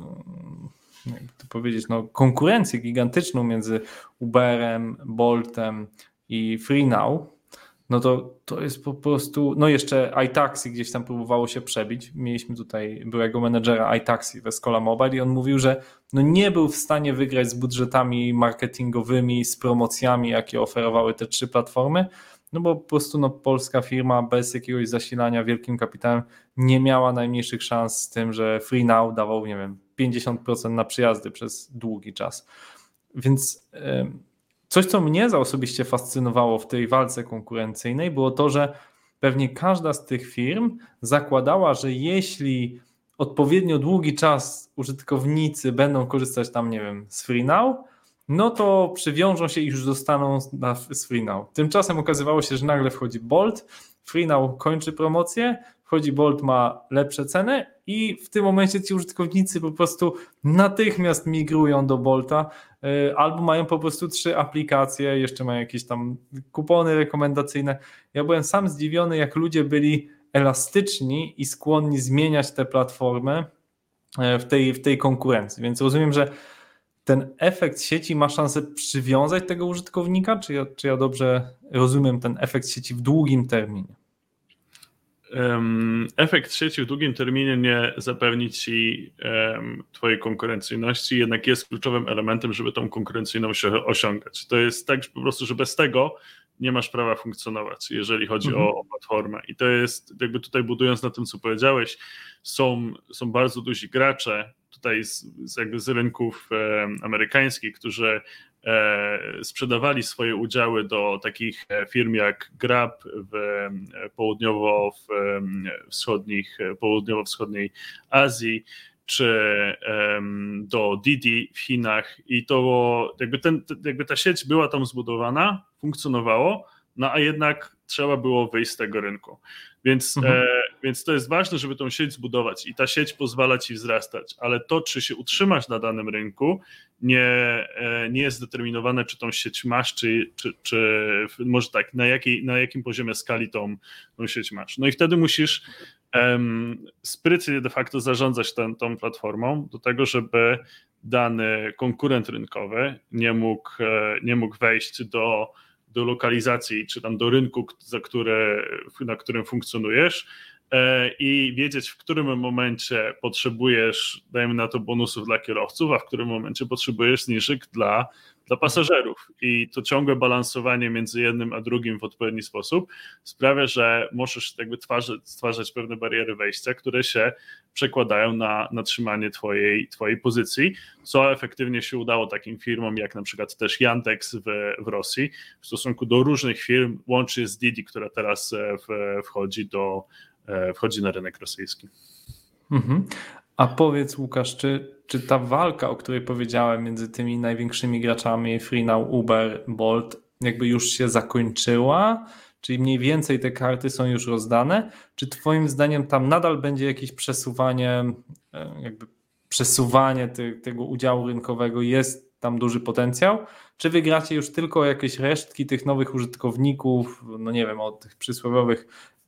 jakby to powiedzieć, no, konkurencję gigantyczną między Uberem, Boltem i FreeNow, no to to jest po prostu, no jeszcze iTaxi gdzieś tam próbowało się przebić. Mieliśmy tutaj byłego menedżera iTaxi w Escola Mobile i on mówił, że no nie był w stanie wygrać z budżetami marketingowymi, z promocjami, jakie oferowały te trzy platformy, no bo po prostu no, polska firma bez jakiegoś zasilania wielkim kapitałem nie miała najmniejszych szans z tym, że FreeNow dawał, nie wiem, pięćdziesiąt procent na przyjazdy przez długi czas. Więc yy, coś, co mnie osobiście fascynowało w tej walce konkurencyjnej, było to, że pewnie każda z tych firm zakładała, że jeśli odpowiednio długi czas użytkownicy będą korzystać tam, nie wiem, z FreeNow, no to przywiążą się i już zostaną na, z FreeNow. Tymczasem okazywało się, że nagle wchodzi Bolt, FreeNow kończy promocję, wchodzi Bolt, ma lepsze ceny i w tym momencie ci użytkownicy po prostu natychmiast migrują do Bolta albo mają po prostu trzy aplikacje, jeszcze mają jakieś tam kupony rekomendacyjne. Ja byłem sam zdziwiony, jak ludzie byli elastyczni i skłonni zmieniać te platformy w tej, w tej konkurencji, więc rozumiem, że ten efekt sieci ma szansę przywiązać tego użytkownika, czy ja, czy ja dobrze rozumiem ten efekt sieci w długim terminie? Efekt sieci w długim terminie nie zapewni ci um, twojej konkurencyjności, jednak jest kluczowym elementem, żeby tą konkurencyjność osiągać. To jest tak, że po prostu, że bez tego nie masz prawa funkcjonować, jeżeli chodzi mhm. o, o platformę. I to jest, jakby tutaj budując na tym, co powiedziałeś, są, są bardzo duzi gracze tutaj z, z, jakby z rynków e, amerykańskich, którzy e, sprzedawali swoje udziały do takich firm jak Grab w e, południowo-wschodnich, południowo-wschodniej Azji, czy um, do Didi w Chinach i to jakby, ten, jakby ta sieć była tam zbudowana, funkcjonowało, no a jednak trzeba było wyjść z tego rynku. Więc, mhm. e, więc to jest ważne, żeby tą sieć zbudować i ta sieć pozwala ci wzrastać, ale to, czy się utrzymasz na danym rynku, nie, e, nie jest zdeterminowane, czy tą sieć masz, czy, czy, czy może tak, na, jakiej, na jakim poziomie skali tą, tą sieć masz. No i wtedy musisz um, sprytnie de facto zarządzać ten, tą platformą do tego, żeby dany konkurent rynkowy nie mógł, nie mógł wejść do do lokalizacji, czy tam do rynku, za które, na którym funkcjonujesz i wiedzieć, w którym momencie potrzebujesz, dajmy na to, bonusów dla kierowców, a w którym momencie potrzebujesz zniżek dla, dla pasażerów. I to ciągłe balansowanie między jednym a drugim w odpowiedni sposób sprawia, że możesz jakby twarzać, stwarzać pewne bariery wejścia, które się przekładają na, na trzymanie twojej, twojej pozycji, co efektywnie się udało takim firmom jak na przykład też Yandex w, w Rosji w stosunku do różnych firm, łącznie z Didi, która teraz w, wchodzi, do, wchodzi na rynek rosyjski. Mhm. A powiedz, Łukasz, czy, czy ta walka, o której powiedziałem między tymi największymi graczami FreeNow, Uber, Bolt jakby już się zakończyła? Czyli mniej więcej te karty są już rozdane? Czy twoim zdaniem tam nadal będzie jakieś przesuwanie, jakby przesuwanie te, tego udziału rynkowego, jest tam duży potencjał? Czy wygracie już tylko jakieś resztki tych nowych użytkowników, no nie wiem, od tych przysłowiowych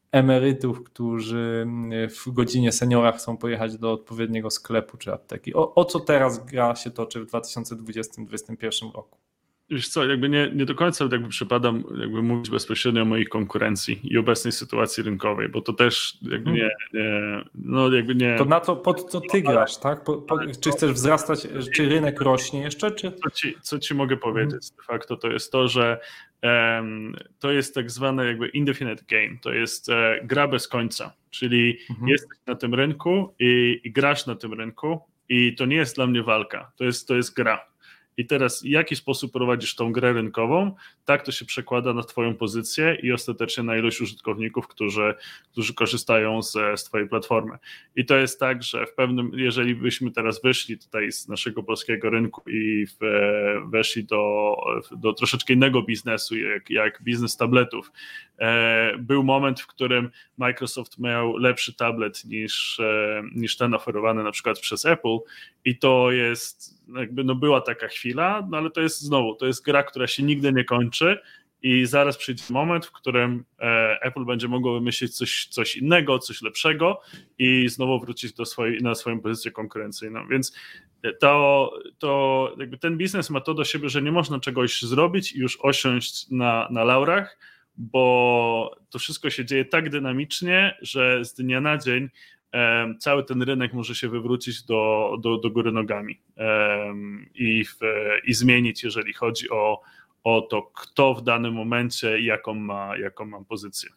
emerytów, którzy w godzinie seniora chcą pojechać do odpowiedniego sklepu czy apteki. O, o co teraz gra się toczy w dwa tysiące dwudziestym do dwa tysiące dwudziestym pierwszym roku? Wiesz co, jakby nie, nie do końca jakby przypadam jakby mówić bezpośrednio o mojej konkurencji i obecnej sytuacji rynkowej, bo to też jakby nie, nie no jakby nie... To na co, pod co ty grasz, tak? Po, po, czy chcesz wzrastać, czy rynek rośnie jeszcze, czy... Co ci, co ci mogę powiedzieć de facto to jest to, że um, to jest tak zwane jakby indefinite game, to jest e, gra bez końca, czyli mhm. jesteś na tym rynku i, i grasz na tym rynku i to nie jest dla mnie walka, to jest, to jest gra. I teraz w jaki sposób prowadzisz tą grę rynkową, tak to się przekłada na twoją pozycję i ostatecznie na ilość użytkowników, którzy, którzy korzystają z, z twojej platformy. I to jest tak, że w pewnym, jeżeli byśmy teraz wyszli tutaj z naszego polskiego rynku i w, weszli do, do troszeczkę innego biznesu, jak, jak biznes tabletów, e, był moment, w którym Microsoft miał lepszy tablet niż, e, niż ten oferowany na przykład przez Apple i to jest jakby no była taka chwila, no ale to jest znowu, to jest gra, która się nigdy nie kończy i zaraz przyjdzie moment, w którym e, Apple będzie mogło wymyślić coś, coś innego, coś lepszego i znowu wrócić do swojej, na swoją pozycję konkurencyjną, więc to, to jakby ten biznes ma to do siebie, że nie można czegoś zrobić i już osiąść na, na laurach, bo to wszystko się dzieje tak dynamicznie, że z dnia na dzień cały ten rynek może się wywrócić do, do, do góry nogami i, w, i zmienić, jeżeli chodzi o, o to, kto w danym momencie i jaką ma, jaką ma pozycję.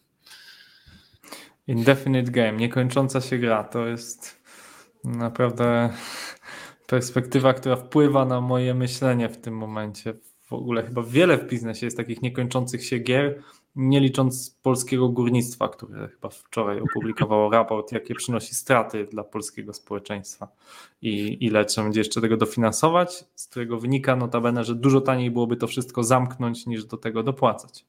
Indefinite game, niekończąca się gra, to jest naprawdę perspektywa, która wpływa na moje myślenie w tym momencie. W ogóle chyba wiele w biznesie jest takich niekończących się gier, nie licząc polskiego górnictwa, które chyba wczoraj opublikowało raport, jakie przynosi straty dla polskiego społeczeństwa i ile trzeba będzie jeszcze tego dofinansować, z którego wynika notabene, że dużo taniej byłoby to wszystko zamknąć niż do tego dopłacać.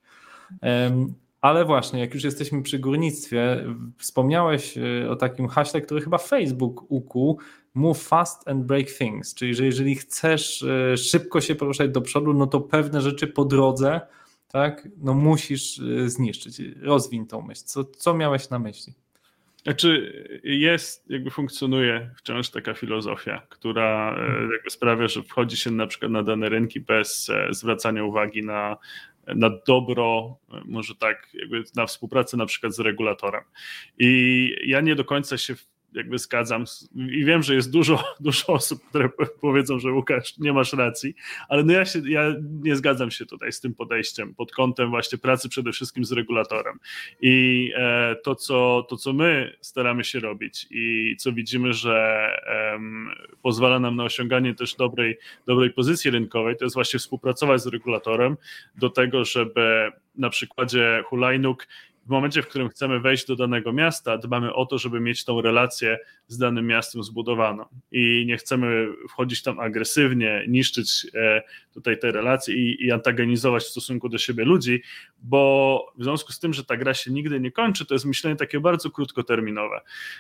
Ale właśnie, jak już jesteśmy przy górnictwie, wspomniałeś o takim haśle, który chyba Facebook ukuł, move fast and break things, czyli że jeżeli chcesz szybko się poruszać do przodu, no to pewne rzeczy po drodze, tak, no musisz zniszczyć. Rozwiń tą myśl. Co, co miałeś na myśli? Znaczy jest, jakby funkcjonuje wciąż taka filozofia, która jakby sprawia, że wchodzi się na przykład na dane rynki bez zwracania uwagi na na dobro, może tak, jakby na współpracę na przykład z regulatorem. I ja nie do końca się jakby zgadzam i wiem, że jest dużo, dużo osób, które powiedzą, że Łukasz, nie masz racji, ale no ja, się, ja nie zgadzam się tutaj z tym podejściem pod kątem właśnie pracy przede wszystkim z regulatorem. I e, to, co, to, co my staramy się robić i co widzimy, że em, pozwala nam na osiąganie też dobrej, dobrej pozycji rynkowej, to jest właśnie współpracować z regulatorem do tego, żeby na przykładzie hulajnóg w momencie, w którym chcemy wejść do danego miasta, dbamy o to, żeby mieć tą relację z danym miastem zbudowaną i nie chcemy wchodzić tam agresywnie, niszczyć tutaj te relacje i, i antagonizować w stosunku do siebie ludzi, bo w związku z tym, że ta gra się nigdy nie kończy, to jest myślenie takie bardzo krótkoterminowe.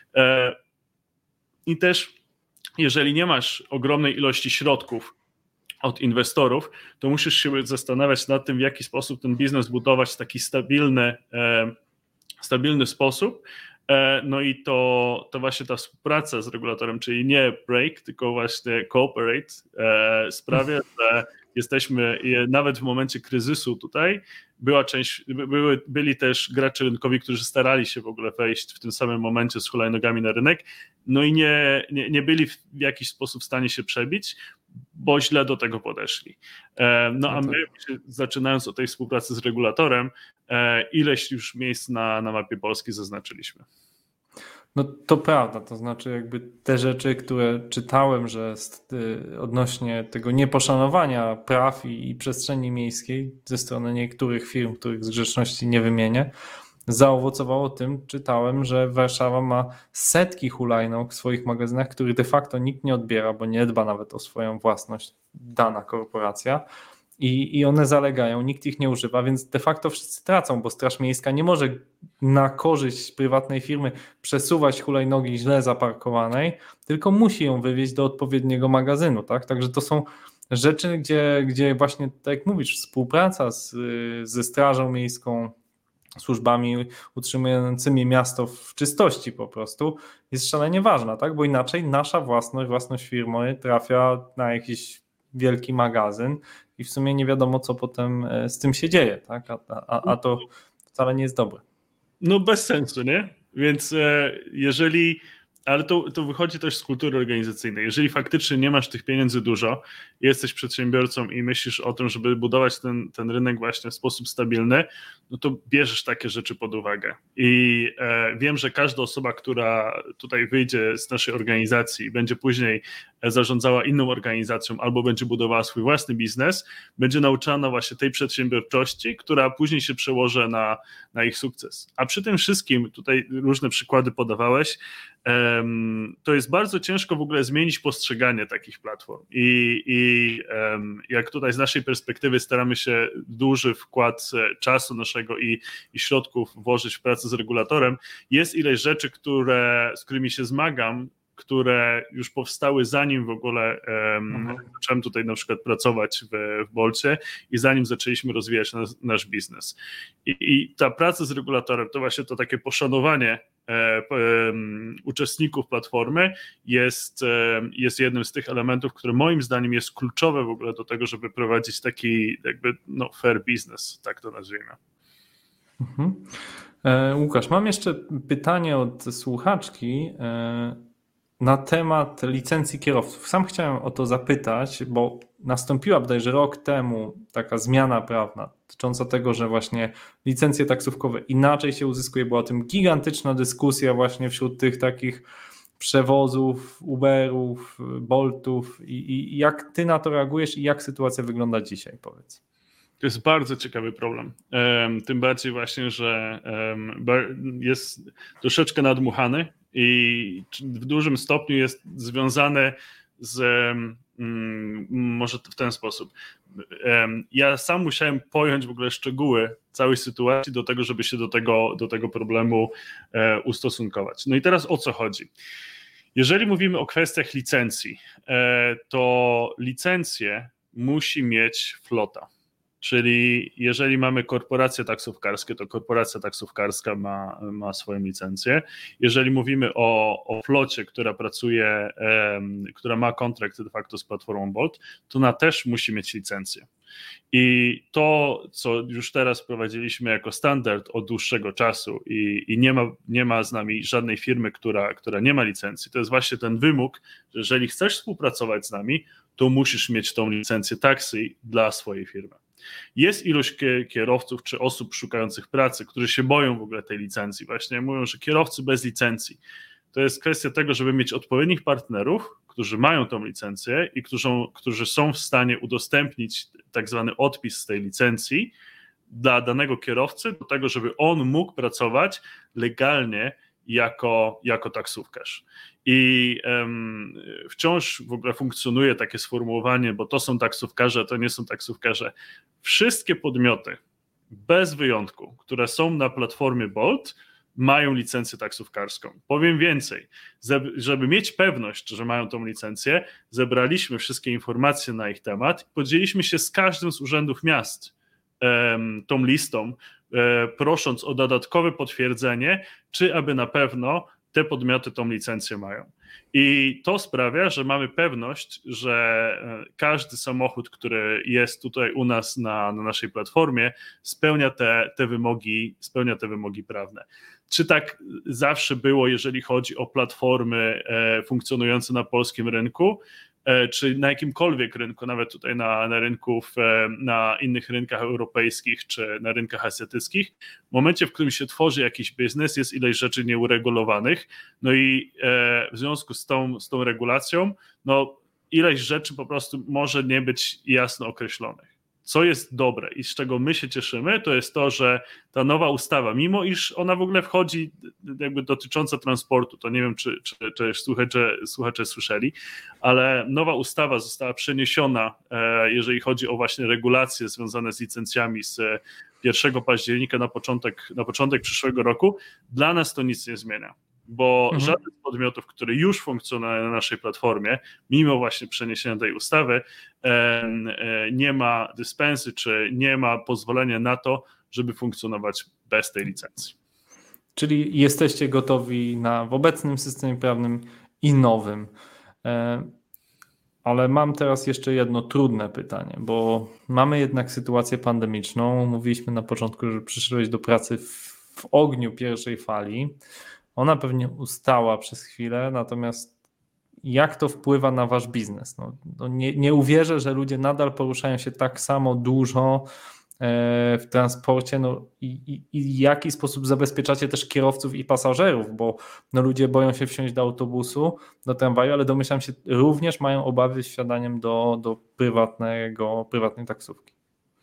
I też jeżeli nie masz ogromnej ilości środków od inwestorów, to musisz się zastanawiać nad tym, w jaki sposób ten biznes budować w taki stabilny, e, stabilny sposób. E, no i to, to właśnie ta współpraca z regulatorem, czyli nie break, tylko właśnie cooperate, e, sprawia, że jesteśmy nawet w momencie kryzysu tutaj, była część, były, byli też gracze rynkowi, którzy starali się w ogóle wejść w tym samym momencie z hulajnogami na rynek, no i nie, nie, nie byli w jakiś sposób w stanie się przebić, bo źle do tego podeszli. No a my, zaczynając od tej współpracy z regulatorem, ileś już miejsc na, na mapie Polski zaznaczyliśmy. No to prawda, to znaczy jakby te rzeczy, które czytałem, że odnośnie tego nieposzanowania praw i, i przestrzeni miejskiej ze strony niektórych firm, których z grzeczności nie wymienię, zaowocowało tym, czytałem, że Warszawa ma setki hulajnóg w swoich magazynach, których de facto nikt nie odbiera, bo nie dba nawet o swoją własność dana korporacja i, i one zalegają, nikt ich nie używa, więc de facto wszyscy tracą, bo Straż Miejska nie może na korzyść prywatnej firmy przesuwać hulajnogi źle zaparkowanej, tylko musi ją wywieźć do odpowiedniego magazynu, tak? Także to są rzeczy, gdzie, gdzie właśnie, tak jak mówisz, współpraca z, ze Strażą Miejską, służbami utrzymującymi miasto w czystości po prostu, jest szalenie ważna, tak? Bo inaczej nasza własność, własność firmy trafia na jakiś wielki magazyn i w sumie nie wiadomo, co potem z tym się dzieje, tak? A, a, a to wcale nie jest dobre. No bez sensu, nie? Więc e, jeżeli, ale to, to wychodzi też z kultury organizacyjnej. Jeżeli faktycznie nie masz tych pieniędzy dużo, jesteś przedsiębiorcą i myślisz o tym, żeby budować ten, ten rynek właśnie w sposób stabilny, no to bierzesz takie rzeczy pod uwagę. I e, wiem, że każda osoba, która tutaj wyjdzie z naszej organizacji i będzie później zarządzała inną organizacją albo będzie budowała swój własny biznes, będzie nauczana właśnie tej przedsiębiorczości, która później się przełoży na, na ich sukces. A przy tym wszystkim, tutaj różne przykłady podawałeś, um, to jest bardzo ciężko w ogóle zmienić postrzeganie takich platform. I, i um, jak tutaj z naszej perspektywy staramy się duży wkład czasu naszego i, i środków włożyć w pracę z regulatorem, jest ileś rzeczy, które, z którymi się zmagam, które już powstały zanim w ogóle um, mhm. zacząłem tutaj na przykład pracować w, w Bolcie i zanim zaczęliśmy rozwijać nas, nasz biznes. I, I ta praca z regulatorem, to właśnie to takie poszanowanie e, um, uczestników platformy jest, e, jest jednym z tych elementów, które moim zdaniem jest kluczowe w ogóle do tego, żeby prowadzić taki jakby no, fair business, tak to nazwijmy. Mhm. E, Łukasz, mam jeszcze pytanie od słuchaczki e, na temat licencji kierowców. Sam chciałem o to zapytać, bo nastąpiła bodajże rok temu taka zmiana prawna dotycząca tego, że właśnie licencje taksówkowe inaczej się uzyskuje. Była o tym gigantyczna dyskusja właśnie wśród tych takich przewozów, Uberów, Boltów. I, i jak ty na to reagujesz i jak sytuacja wygląda dzisiaj, powiedz? To jest bardzo ciekawy problem. Tym bardziej właśnie, że jest troszeczkę nadmuchany i w dużym stopniu jest związane z, może w ten sposób. Ja sam musiałem pojąć w ogóle szczegóły całej sytuacji do tego, żeby się do tego, do tego problemu ustosunkować. No i teraz o co chodzi? Jeżeli mówimy o kwestiach licencji, to licencję musi mieć flota. Czyli jeżeli mamy korporacje taksówkarskie, to korporacja taksówkarska ma, ma swoją licencję. Jeżeli mówimy o, o flocie, która pracuje, um, która ma kontrakt de facto z platformą Bolt, to ona też musi mieć licencję. I to, co już teraz wprowadziliśmy jako standard od dłuższego czasu i, i nie ma, nie ma z nami żadnej firmy, która, która nie ma licencji, to jest właśnie ten wymóg, że jeżeli chcesz współpracować z nami, to musisz mieć tą licencję taksy dla swojej firmy. Jest ilość kierowców czy osób szukających pracy, którzy się boją w ogóle tej licencji. Właśnie mówią, że kierowcy bez licencji. To jest kwestia tego, żeby mieć odpowiednich partnerów, którzy mają tą licencję i którzy, którzy są w stanie udostępnić tak zwany odpis z tej licencji dla danego kierowcy do tego, żeby on mógł pracować legalnie jako, jako taksówkarz. I um, wciąż w ogóle funkcjonuje takie sformułowanie, bo to są taksówkarze, a to nie są taksówkarze. Wszystkie podmioty, bez wyjątku, które są na platformie Bolt, mają licencję taksówkarską. Powiem więcej, żeby mieć pewność, że mają tą licencję, zebraliśmy wszystkie informacje na ich temat i podzieliliśmy się z każdym z urzędów miast um, tą listą, um, prosząc o dodatkowe potwierdzenie, czy aby na pewno te podmioty tą licencję mają. I to sprawia, że mamy pewność, że każdy samochód, który jest tutaj u nas na, na naszej platformie, spełnia te, te wymogi, spełnia te wymogi prawne. Czy tak zawsze było, jeżeli chodzi o platformy e, funkcjonujące na polskim rynku, e, czy na jakimkolwiek rynku, nawet tutaj na, na rynków, e, na innych rynkach europejskich, czy na rynkach azjatyckich? W momencie, w którym się tworzy jakiś biznes, jest ileś rzeczy nieuregulowanych, no i e, w związku z tą, z tą regulacją, no ileś rzeczy po prostu może nie być jasno określonych. Co jest dobre i z czego my się cieszymy, to jest to, że ta nowa ustawa, mimo iż ona w ogóle wchodzi jakby dotycząca transportu, to nie wiem, czy, czy, czy słuchacze, słuchacze słyszeli, ale nowa ustawa została przeniesiona, jeżeli chodzi o właśnie regulacje związane z licencjami z pierwszego października na początek, na początek przyszłego roku. Dla nas to nic nie zmienia, bo mhm. żaden z podmiotów, który już funkcjonuje na naszej platformie, mimo właśnie przeniesienia tej ustawy, nie ma dyspensy, czy nie ma pozwolenia na to, żeby funkcjonować bez tej licencji. Czyli jesteście gotowi na w obecnym systemie prawnym i nowym. Ale mam teraz jeszcze jedno trudne pytanie, bo mamy jednak sytuację pandemiczną. Mówiliśmy na początku, że przyszedłeś do pracy w, w ogniu pierwszej fali. Ona pewnie ustała przez chwilę, natomiast jak to wpływa na wasz biznes? No, no nie, nie uwierzę, że ludzie nadal poruszają się tak samo dużo w transporcie, no i, i, i w jaki sposób zabezpieczacie też kierowców i pasażerów, bo no ludzie boją się wsiąść do autobusu, do tramwaju, ale domyślam się również mają obawy z wsiadaniem do, do prywatnego, prywatnej taksówki.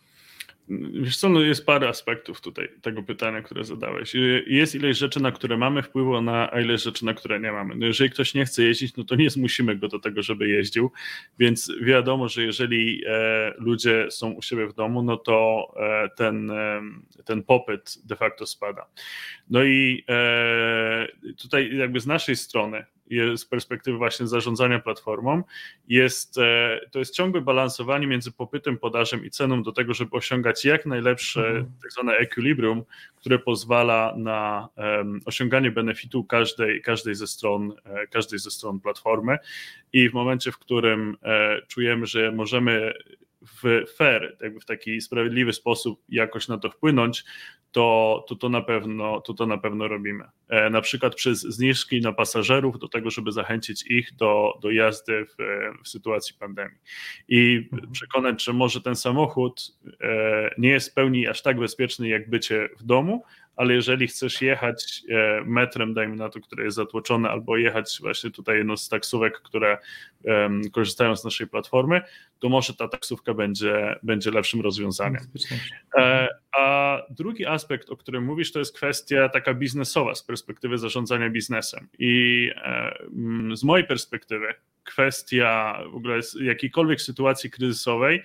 Wiesz co, no jest parę aspektów tutaj tego pytania, które zadałeś. Jest ileś rzeczy, na które mamy wpływu, a ileś rzeczy, na które nie mamy. No jeżeli ktoś nie chce jeździć, no to nie zmusimy go do tego, żeby jeździł, więc wiadomo, że jeżeli e, ludzie są u siebie w domu, no to e, ten, e, ten popyt de facto spada. No i e, tutaj jakby z naszej strony, z perspektywy właśnie zarządzania platformą, jest, to jest ciągłe balansowanie między popytem, podażem i ceną do tego, żeby osiągać jak najlepsze mhm. tak zwane equilibrium, które pozwala na um, osiąganie benefitu każdej, każdej, ze stron, każdej ze stron platformy i w momencie, w którym e, czujemy, że możemy w fair, jakby w taki sprawiedliwy sposób jakoś na to wpłynąć, to to, to, na, pewno, to to na pewno robimy. E, na przykład przez zniżki na pasażerów do tego, żeby zachęcić ich do, do jazdy w, w sytuacji pandemii. I mhm. przekonać, że może ten samochód e, nie jest w pełni aż tak bezpieczny jak bycie w domu, ale jeżeli chcesz jechać metrem, dajmy na to, które jest zatłoczone, albo jechać właśnie tutaj jedną z taksówek, które um, korzystają z naszej platformy, to może ta taksówka będzie, będzie lepszym rozwiązaniem. E, a drugi aspekt, o którym mówisz, to jest kwestia taka biznesowa z perspektywy zarządzania biznesem. I e, z mojej perspektywy kwestia w ogóle z jakiejkolwiek sytuacji kryzysowej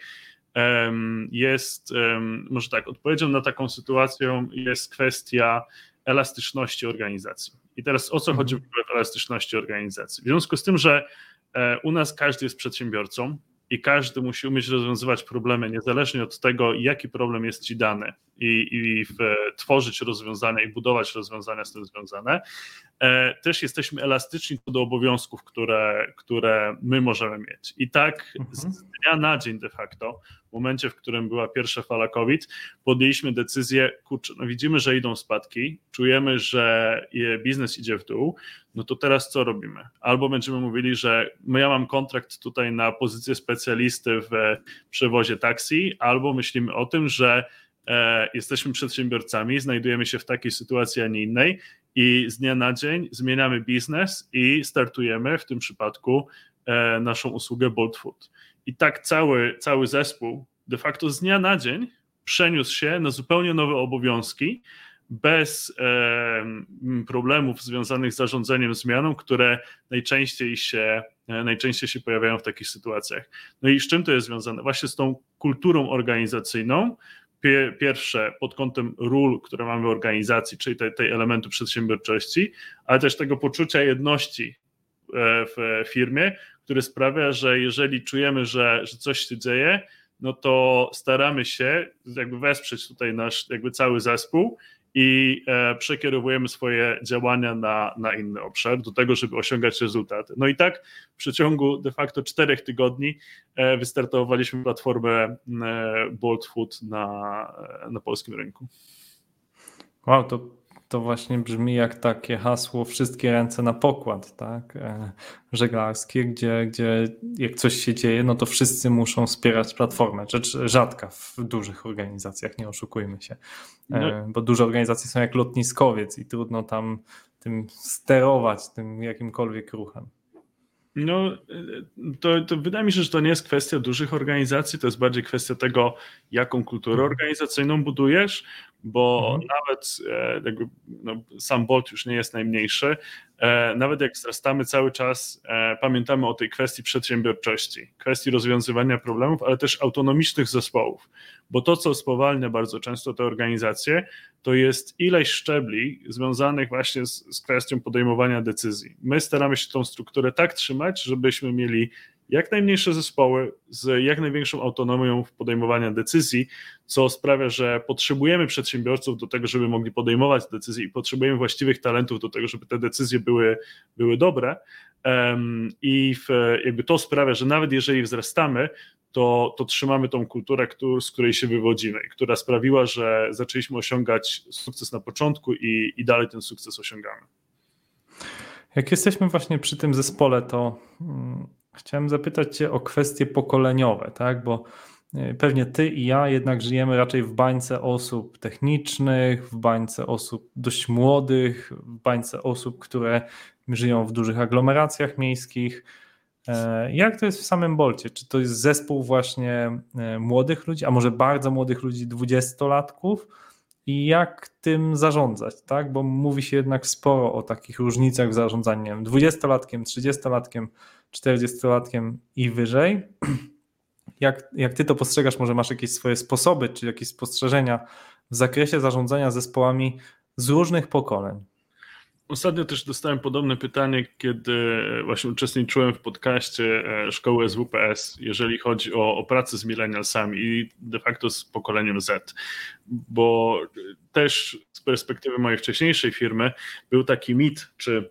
jest, może tak, odpowiedzią na taką sytuację jest kwestia elastyczności organizacji. I teraz o co chodzi w ogóle w elastyczności organizacji? W związku z tym, że u nas każdy jest przedsiębiorcą i każdy musi umieć rozwiązywać problemy niezależnie od tego, jaki problem jest ci dany i, i w, tworzyć rozwiązania i budować rozwiązania z tym związane. E, też jesteśmy elastyczni co do obowiązków, które, które my możemy mieć. I tak z dnia na dzień de facto, w momencie, w którym była pierwsza fala COVID, podjęliśmy decyzję, kurczę, no widzimy, że idą spadki, czujemy, że biznes idzie w dół, no to teraz co robimy? Albo będziemy mówili, że my, ja mam kontrakt tutaj na pozycję specjalisty w przewozie taksi, albo myślimy o tym, że e, jesteśmy przedsiębiorcami, znajdujemy się w takiej sytuacji, a nie innej i z dnia na dzień zmieniamy biznes i startujemy w tym przypadku e, naszą usługę Bolt Food. I tak cały, cały zespół de facto z dnia na dzień przeniósł się na zupełnie nowe obowiązki, bez e, problemów związanych z zarządzaniem zmianą, które najczęściej się, e, najczęściej się pojawiają w takich sytuacjach. No i z czym to jest związane? Właśnie z tą kulturą organizacyjną. Pie, pierwsze pod kątem ról, które mamy w organizacji, czyli tej, tej elementu przedsiębiorczości, ale też tego poczucia jedności w firmie, które sprawia, że jeżeli czujemy, że, że coś się dzieje, no to staramy się jakby wesprzeć tutaj nasz jakby cały zespół i e, przekierowujemy swoje działania na, na inny obszar do tego, żeby osiągać rezultaty. No i tak w przeciągu de facto czterech tygodni e, wystartowaliśmy platformę e, Bolt Food na, na polskim rynku. Wow, to To właśnie brzmi jak takie hasło wszystkie ręce na pokład, tak? Żeglarskie, gdzie, gdzie jak coś się dzieje, no to wszyscy muszą wspierać platformę. Rzecz rzadka w dużych organizacjach, nie oszukujmy się. No. Bo duże organizacje są jak lotniskowiec i trudno tam tym sterować, tym jakimkolwiek ruchem. No, to, to wydaje mi się, że to nie jest kwestia dużych organizacji, to jest bardziej kwestia tego, jaką kulturę organizacyjną budujesz, bo mhm. nawet jakby, no, sam Bolt już nie jest najmniejszy, nawet jak wzrastamy cały czas, pamiętamy o tej kwestii przedsiębiorczości, kwestii rozwiązywania problemów, ale też autonomicznych zespołów, bo to, co spowalnia bardzo często te organizacje, to jest ileś szczebli związanych właśnie z, z kwestią podejmowania decyzji. My staramy się tą strukturę tak trzymać, żebyśmy mieli jak najmniejsze zespoły z jak największą autonomią w podejmowaniu decyzji, co sprawia, że potrzebujemy przedsiębiorców do tego, żeby mogli podejmować decyzje i potrzebujemy właściwych talentów do tego, żeby te decyzje były, były dobre. I w, jakby to sprawia, że nawet jeżeli wzrastamy, to, to trzymamy tą kulturę, który, z której się wywodzimy, która sprawiła, że zaczęliśmy osiągać sukces na początku i, i dalej ten sukces osiągamy. Jak jesteśmy właśnie przy tym zespole, to hmm, chciałem zapytać Cię o kwestie pokoleniowe, tak? Bo pewnie Ty i ja jednak żyjemy raczej w bańce osób technicznych, w bańce osób dość młodych, w bańce osób, które żyją w dużych aglomeracjach miejskich. Jak to jest w samym Bolcie? Czy to jest zespół właśnie młodych ludzi, a może bardzo młodych ludzi, dwudziestolatków? I jak tym zarządzać, tak? Bo mówi się jednak sporo o takich różnicach w zarządzaniu, nie wiem, dwudziestolatkiem, trzydziestolatkiem, czterdziestolatkiem i wyżej. Jak, jak ty to postrzegasz, może masz jakieś swoje sposoby, czy jakieś spostrzeżenia w zakresie zarządzania zespołami z różnych pokoleń? Ostatnio też dostałem podobne pytanie, kiedy właśnie uczestniczyłem w podcaście Szkoły S W P S, jeżeli chodzi o, o pracę z millennialsami i de facto z pokoleniem Z, bo też z perspektywy mojej wcześniejszej firmy był taki mit, czy,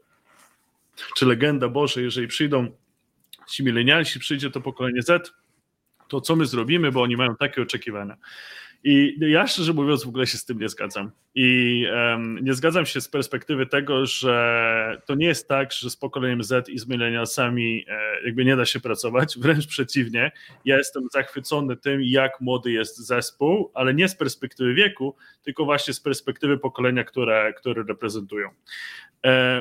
czy legenda, Boże, jeżeli przyjdą ci millennialsi, przyjdzie to pokolenie Z, to co my zrobimy, bo oni mają takie oczekiwania. I ja szczerze mówiąc w ogóle się z tym nie zgadzam. I um, nie zgadzam się z perspektywy tego, że to nie jest tak, że z pokoleniem Z i z millennialsami e, jakby nie da się pracować. Wręcz przeciwnie. Ja jestem zachwycony tym, jak młody jest zespół, ale nie z perspektywy wieku, tylko właśnie z perspektywy pokolenia, które, które reprezentują. E,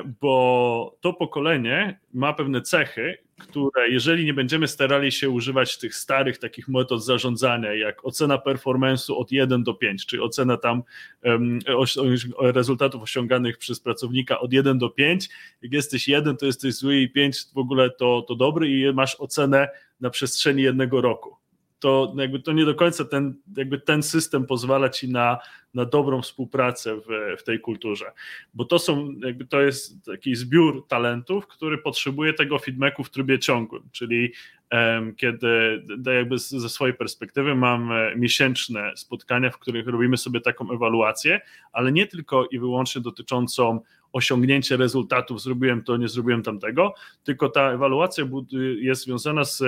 bo to pokolenie ma pewne cechy, które jeżeli nie będziemy starali się używać tych starych takich metod zarządzania, jak ocena performance'u od jeden do pięciu, czyli ocena tam um, rezultatów osiąganych przez pracownika od jeden do pięciu, jak jesteś jeden, to jesteś zły i pięć w ogóle to, to dobry i masz ocenę na przestrzeni jednego roku. To jakby to nie do końca ten, jakby ten system pozwala ci na, na dobrą współpracę w, w tej kulturze, bo to są, jakby to jest taki zbiór talentów, który potrzebuje tego feedbacku w trybie ciągłym, czyli um, kiedy jakby ze swojej perspektywy mam miesięczne spotkania, w których robimy sobie taką ewaluację, ale nie tylko i wyłącznie dotyczącą osiągnięcia rezultatów, zrobiłem to, nie zrobiłem tamtego, tylko ta ewaluacja jest związana z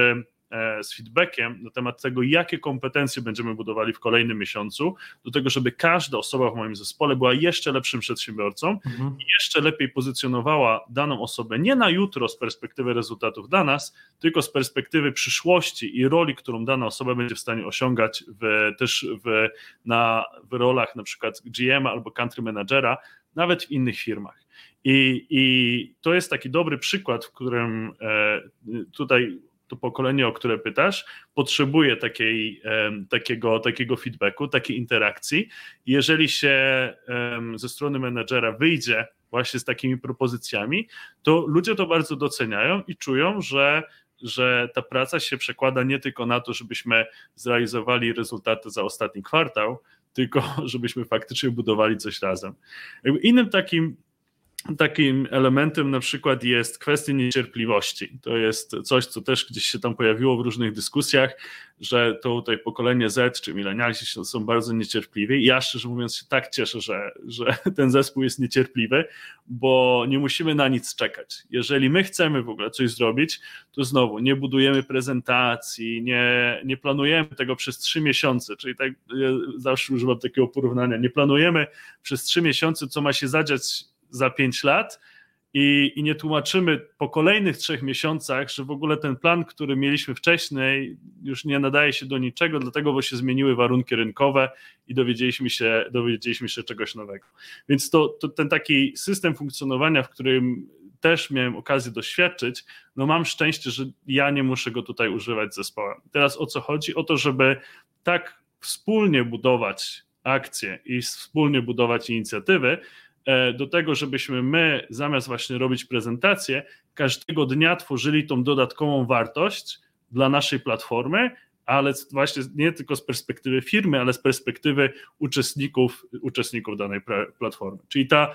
z feedbackiem na temat tego, jakie kompetencje będziemy budowali w kolejnym miesiącu, do tego, żeby każda osoba w moim zespole była jeszcze lepszym przedsiębiorcą mhm. i jeszcze lepiej pozycjonowała daną osobę nie na jutro z perspektywy rezultatów dla nas, tylko z perspektywy przyszłości i roli, którą dana osoba będzie w stanie osiągać w, też w, na, w rolach na przykład G M a albo country managera, nawet w innych firmach. I, i to jest taki dobry przykład, w którym e, tutaj to pokolenie, o które pytasz, potrzebuje takiej, um, takiego, takiego feedbacku, takiej interakcji. Jeżeli się um, ze strony menedżera wyjdzie właśnie z takimi propozycjami, to ludzie to bardzo doceniają i czują, że, że ta praca się przekłada nie tylko na to, żebyśmy zrealizowali rezultaty za ostatni kwartał, tylko żebyśmy faktycznie budowali coś razem. Jakby innym takim Takim elementem na przykład jest kwestia niecierpliwości. To jest coś, co też gdzieś się tam pojawiło w różnych dyskusjach, że to tutaj pokolenie Z czy milenialsi są bardzo niecierpliwi. Ja szczerze mówiąc się tak cieszę, że, że ten zespół jest niecierpliwy, bo nie musimy na nic czekać. Jeżeli my chcemy w ogóle coś zrobić, to znowu nie budujemy prezentacji, nie, nie planujemy tego przez trzy miesiące, czyli tak ja zawsze używam takiego porównania, nie planujemy przez trzy miesiące, co ma się zadziać za pięć lat i, i nie tłumaczymy po kolejnych trzech miesiącach, że w ogóle ten plan, który mieliśmy wcześniej, już nie nadaje się do niczego, dlatego bo się zmieniły warunki rynkowe i dowiedzieliśmy się, dowiedzieliśmy się czegoś nowego. Więc to, to ten taki system funkcjonowania, w którym też miałem okazję doświadczyć, no mam szczęście, że ja nie muszę go tutaj używać z zespołem. Teraz o co chodzi? O to, żeby tak wspólnie budować akcje i wspólnie budować inicjatywy, do tego, żebyśmy my zamiast właśnie robić prezentację, każdego dnia tworzyli tą dodatkową wartość dla naszej platformy, ale właśnie nie tylko z perspektywy firmy, ale z perspektywy uczestników, uczestników danej platformy. Czyli ta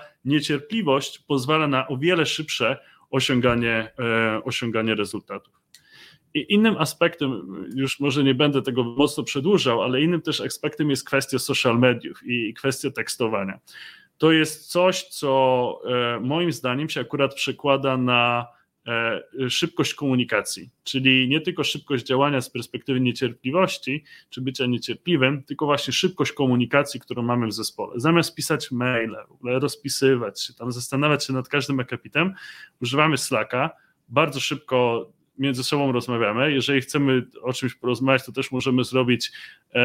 niecierpliwość pozwala na o wiele szybsze osiąganie, osiąganie rezultatów. I innym aspektem, już może nie będę tego mocno przedłużał, ale innym też aspektem jest kwestia social mediów i kwestia tekstowania. To jest coś, co moim zdaniem się akurat przekłada na szybkość komunikacji, czyli nie tylko szybkość działania z perspektywy niecierpliwości, czy bycia niecierpliwym, tylko właśnie szybkość komunikacji, którą mamy w zespole. Zamiast pisać maile, w ogóle rozpisywać się, tam zastanawiać się nad każdym akapitem, używamy Slacka, bardzo szybko między sobą rozmawiamy. Jeżeli chcemy o czymś porozmawiać, to też możemy zrobić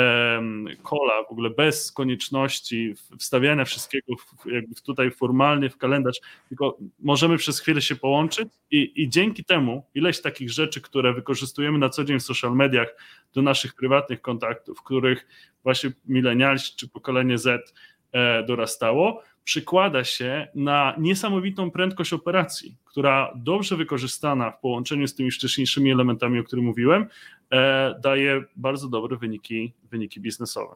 calla w ogóle bez konieczności wstawiania wszystkiego w, jakby tutaj formalnie w kalendarz, tylko możemy przez chwilę się połączyć i, i dzięki temu ileś takich rzeczy, które wykorzystujemy na co dzień w social mediach do naszych prywatnych kontaktów, w których właśnie milenialsi czy pokolenie Z e, dorastało, przykłada się na niesamowitą prędkość operacji, która dobrze wykorzystana w połączeniu z tymi wcześniejszymi elementami, o których mówiłem, e, daje bardzo dobre wyniki, wyniki biznesowe.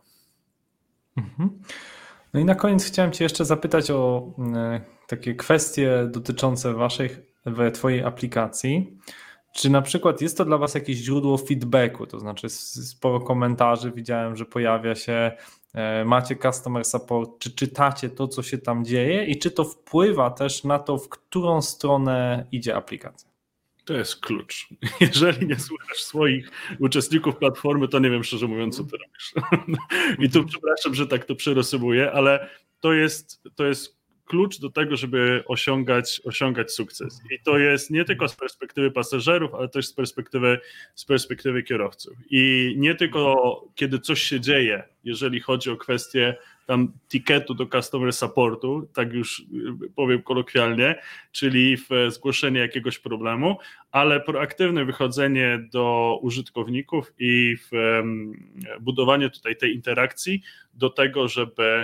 Mhm. No i na koniec chciałem Cię jeszcze zapytać o e, takie kwestie dotyczące waszej, twojej aplikacji. Czy na przykład jest to dla Was jakieś źródło feedbacku, to znaczy sporo komentarzy widziałem, że pojawia się, macie customer support, czy czytacie to, co się tam dzieje i czy to wpływa też na to, w którą stronę idzie aplikacja? To jest klucz. Jeżeli nie słuchasz swoich uczestników platformy, to nie wiem szczerze mówiąc, co ty robisz. I tu przepraszam, że tak to przerysuję, ale to jest, to jest klucz do tego, żeby osiągać, osiągać sukces. I to jest nie tylko z perspektywy pasażerów, ale też z perspektywy, z perspektywy kierowców. I nie tylko kiedy coś się dzieje, jeżeli chodzi o kwestię tam ticketu do customer supportu, tak już powiem kolokwialnie, czyli w zgłoszenie jakiegoś problemu, ale proaktywne wychodzenie do użytkowników i w budowanie tutaj tej interakcji do tego, żeby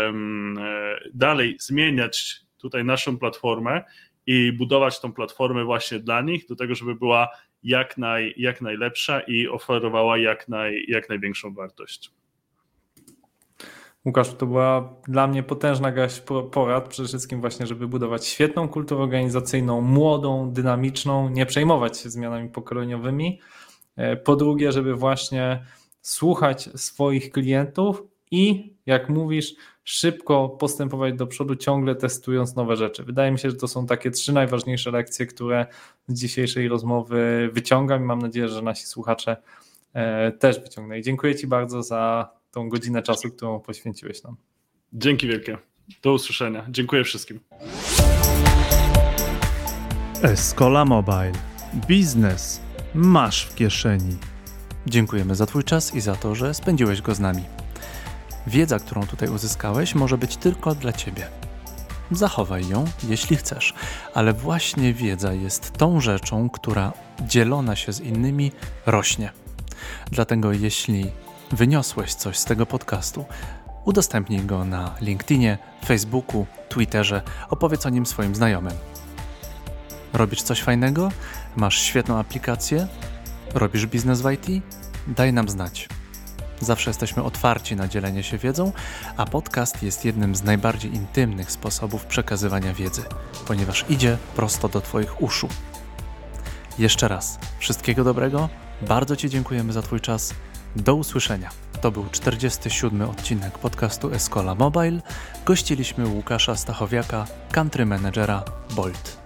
dalej zmieniać tutaj naszą platformę i budować tą platformę właśnie dla nich, do tego, żeby była jak, naj, jak najlepsza i oferowała jak, naj, jak największą wartość. Łukasz, to była dla mnie potężna gaść porad, przede wszystkim właśnie, żeby budować świetną kulturę organizacyjną, młodą, dynamiczną, nie przejmować się zmianami pokoleniowymi. Po drugie, żeby właśnie słuchać swoich klientów i, jak mówisz, szybko postępować do przodu, ciągle testując nowe rzeczy. Wydaje mi się, że to są takie trzy najważniejsze lekcje, które z dzisiejszej rozmowy wyciągam i mam nadzieję, że nasi słuchacze też wyciągną. Dziękuję Ci bardzo za tą godzinę czasu, którą poświęciłeś nam. Dzięki wielkie. Do usłyszenia. Dziękuję wszystkim. Escola Mobile. Biznes masz w kieszeni. Dziękujemy za Twój czas i za to, że spędziłeś go z nami. Wiedza, którą tutaj uzyskałeś, może być tylko dla Ciebie. Zachowaj ją, jeśli chcesz, ale właśnie wiedza jest tą rzeczą, która dzielona się z innymi rośnie. Dlatego jeśli wyniosłeś coś z tego podcastu, udostępnij go na LinkedInie, Facebooku, Twitterze, opowiedz o nim swoim znajomym. Robisz coś fajnego? Masz świetną aplikację? Robisz biznes w I T? Daj nam znać. Zawsze jesteśmy otwarci na dzielenie się wiedzą, a podcast jest jednym z najbardziej intymnych sposobów przekazywania wiedzy, ponieważ idzie prosto do Twoich uszu. Jeszcze raz, wszystkiego dobrego, bardzo Ci dziękujemy za Twój czas. Do usłyszenia. To był czterdziesty siódmy odcinek podcastu Escola Mobile. Gościliśmy Łukasza Stachowiaka, country managera Bolt.